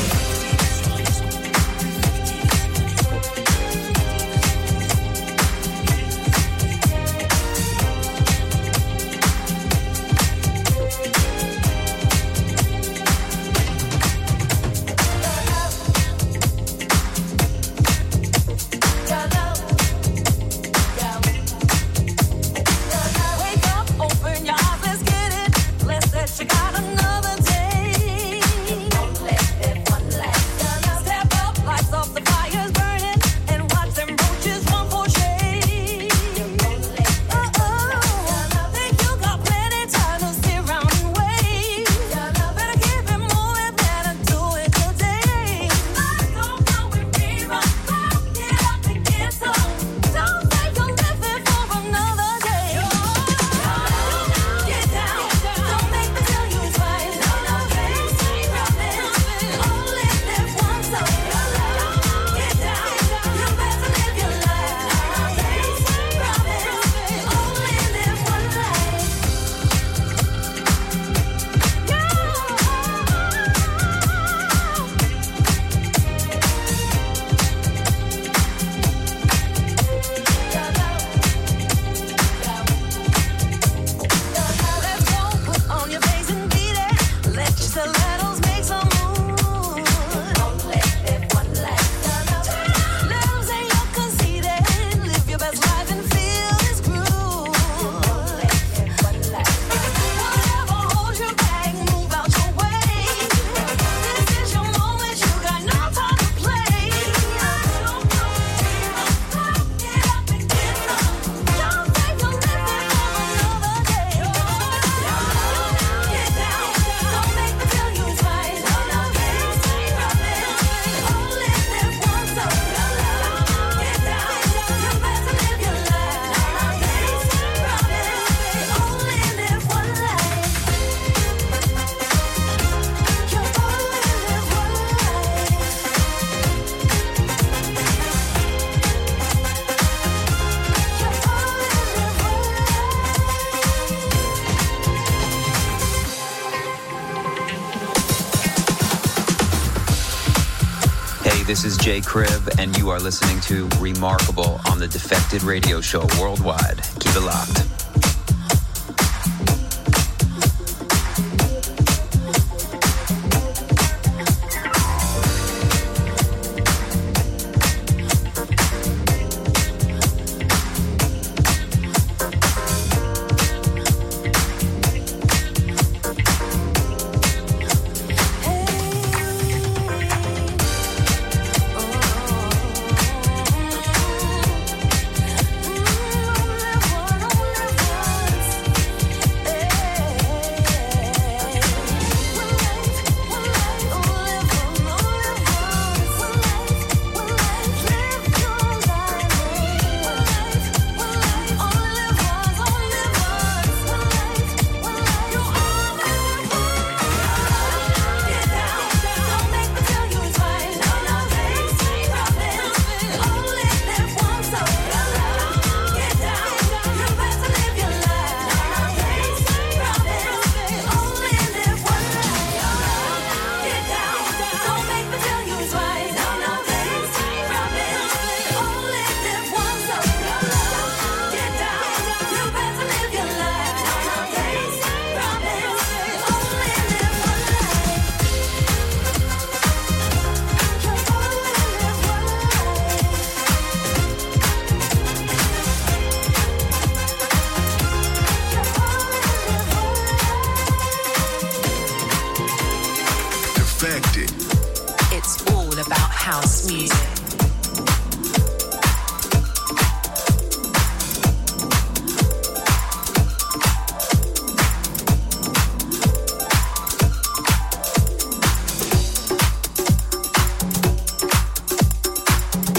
This is Jay Cribb, and you are listening to Remarkable on the Defected Radio Show worldwide. Keep it locked.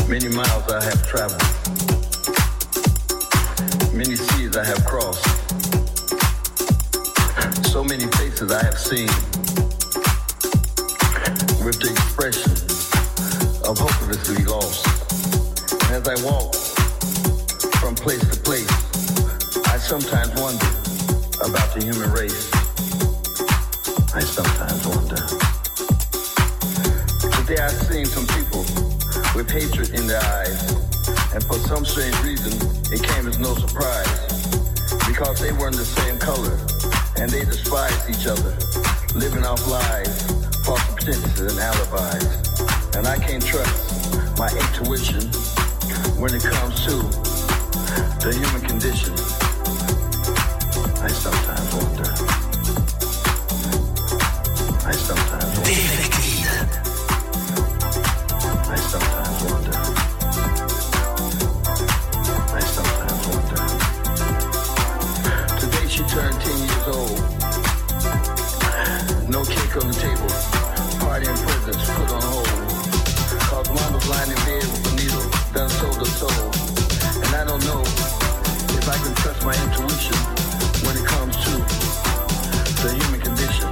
Many miles I have traveled. Many seas I have crossed. So many faces I have seen. With the expression of hopelessly lost. And as I walk from place to place, I sometimes wonder about the human race. I sometimes wonder. Today I've seen some people with hatred in their eyes, and for some strange reason, it came as no surprise, because they weren't the same color, and they despised each other, living off lies, false pretenses, and alibis. And I can't trust my intuition when it comes to the human condition. I sometimes wonder. I sometimes wonder. Defected. I sometimes wonder. I sometimes wonder. Today she turned ten years old. No cake on the table. Party and presents put on hold. Cause mom was lying in bed with a needle, done sold her soul. And I don't know if I can trust my intuition when it comes to the human condition.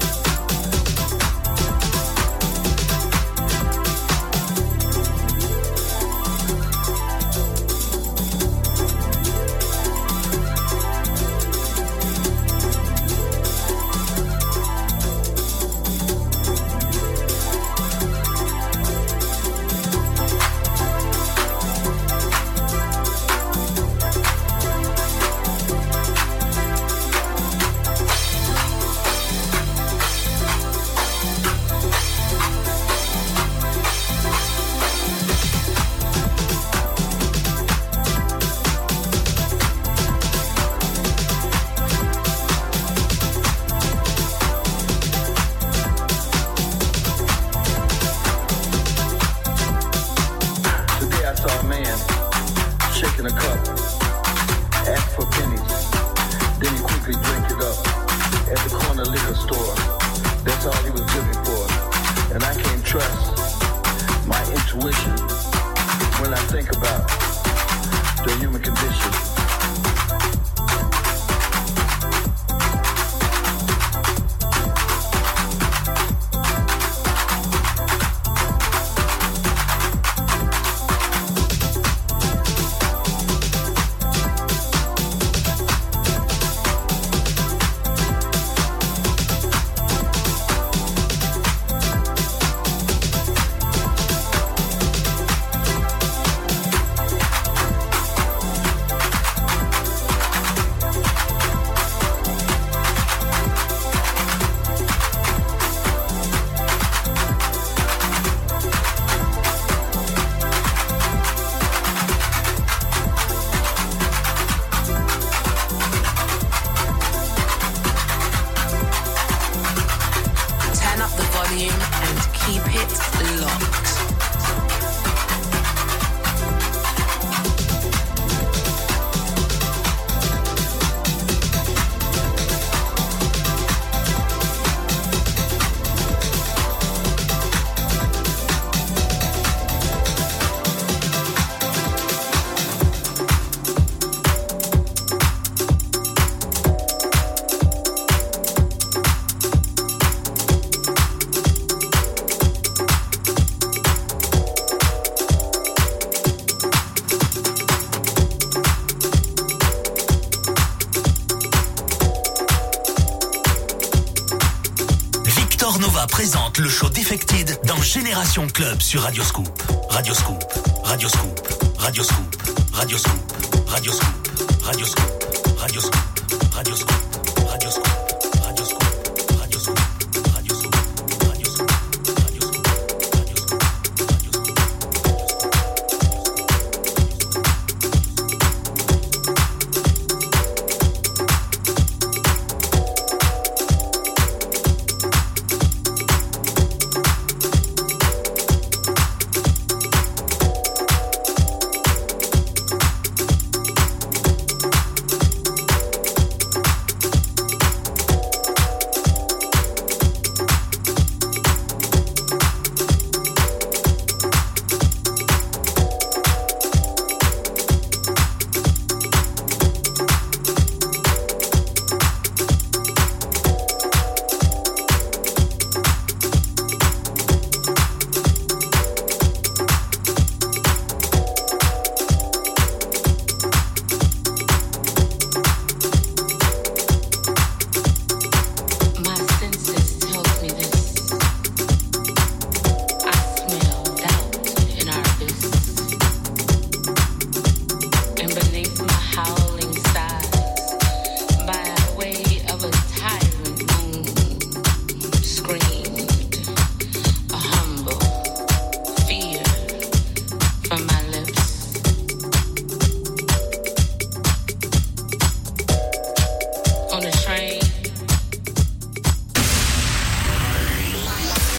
Présente le show Defected dans Génération Club sur Radio Scoop. Radio Scoop, Radio Scoop, Radio Scoop, Radio Scoop, Radio Scoop, Radio Scoop, Radio Scoop, Radio Scoop.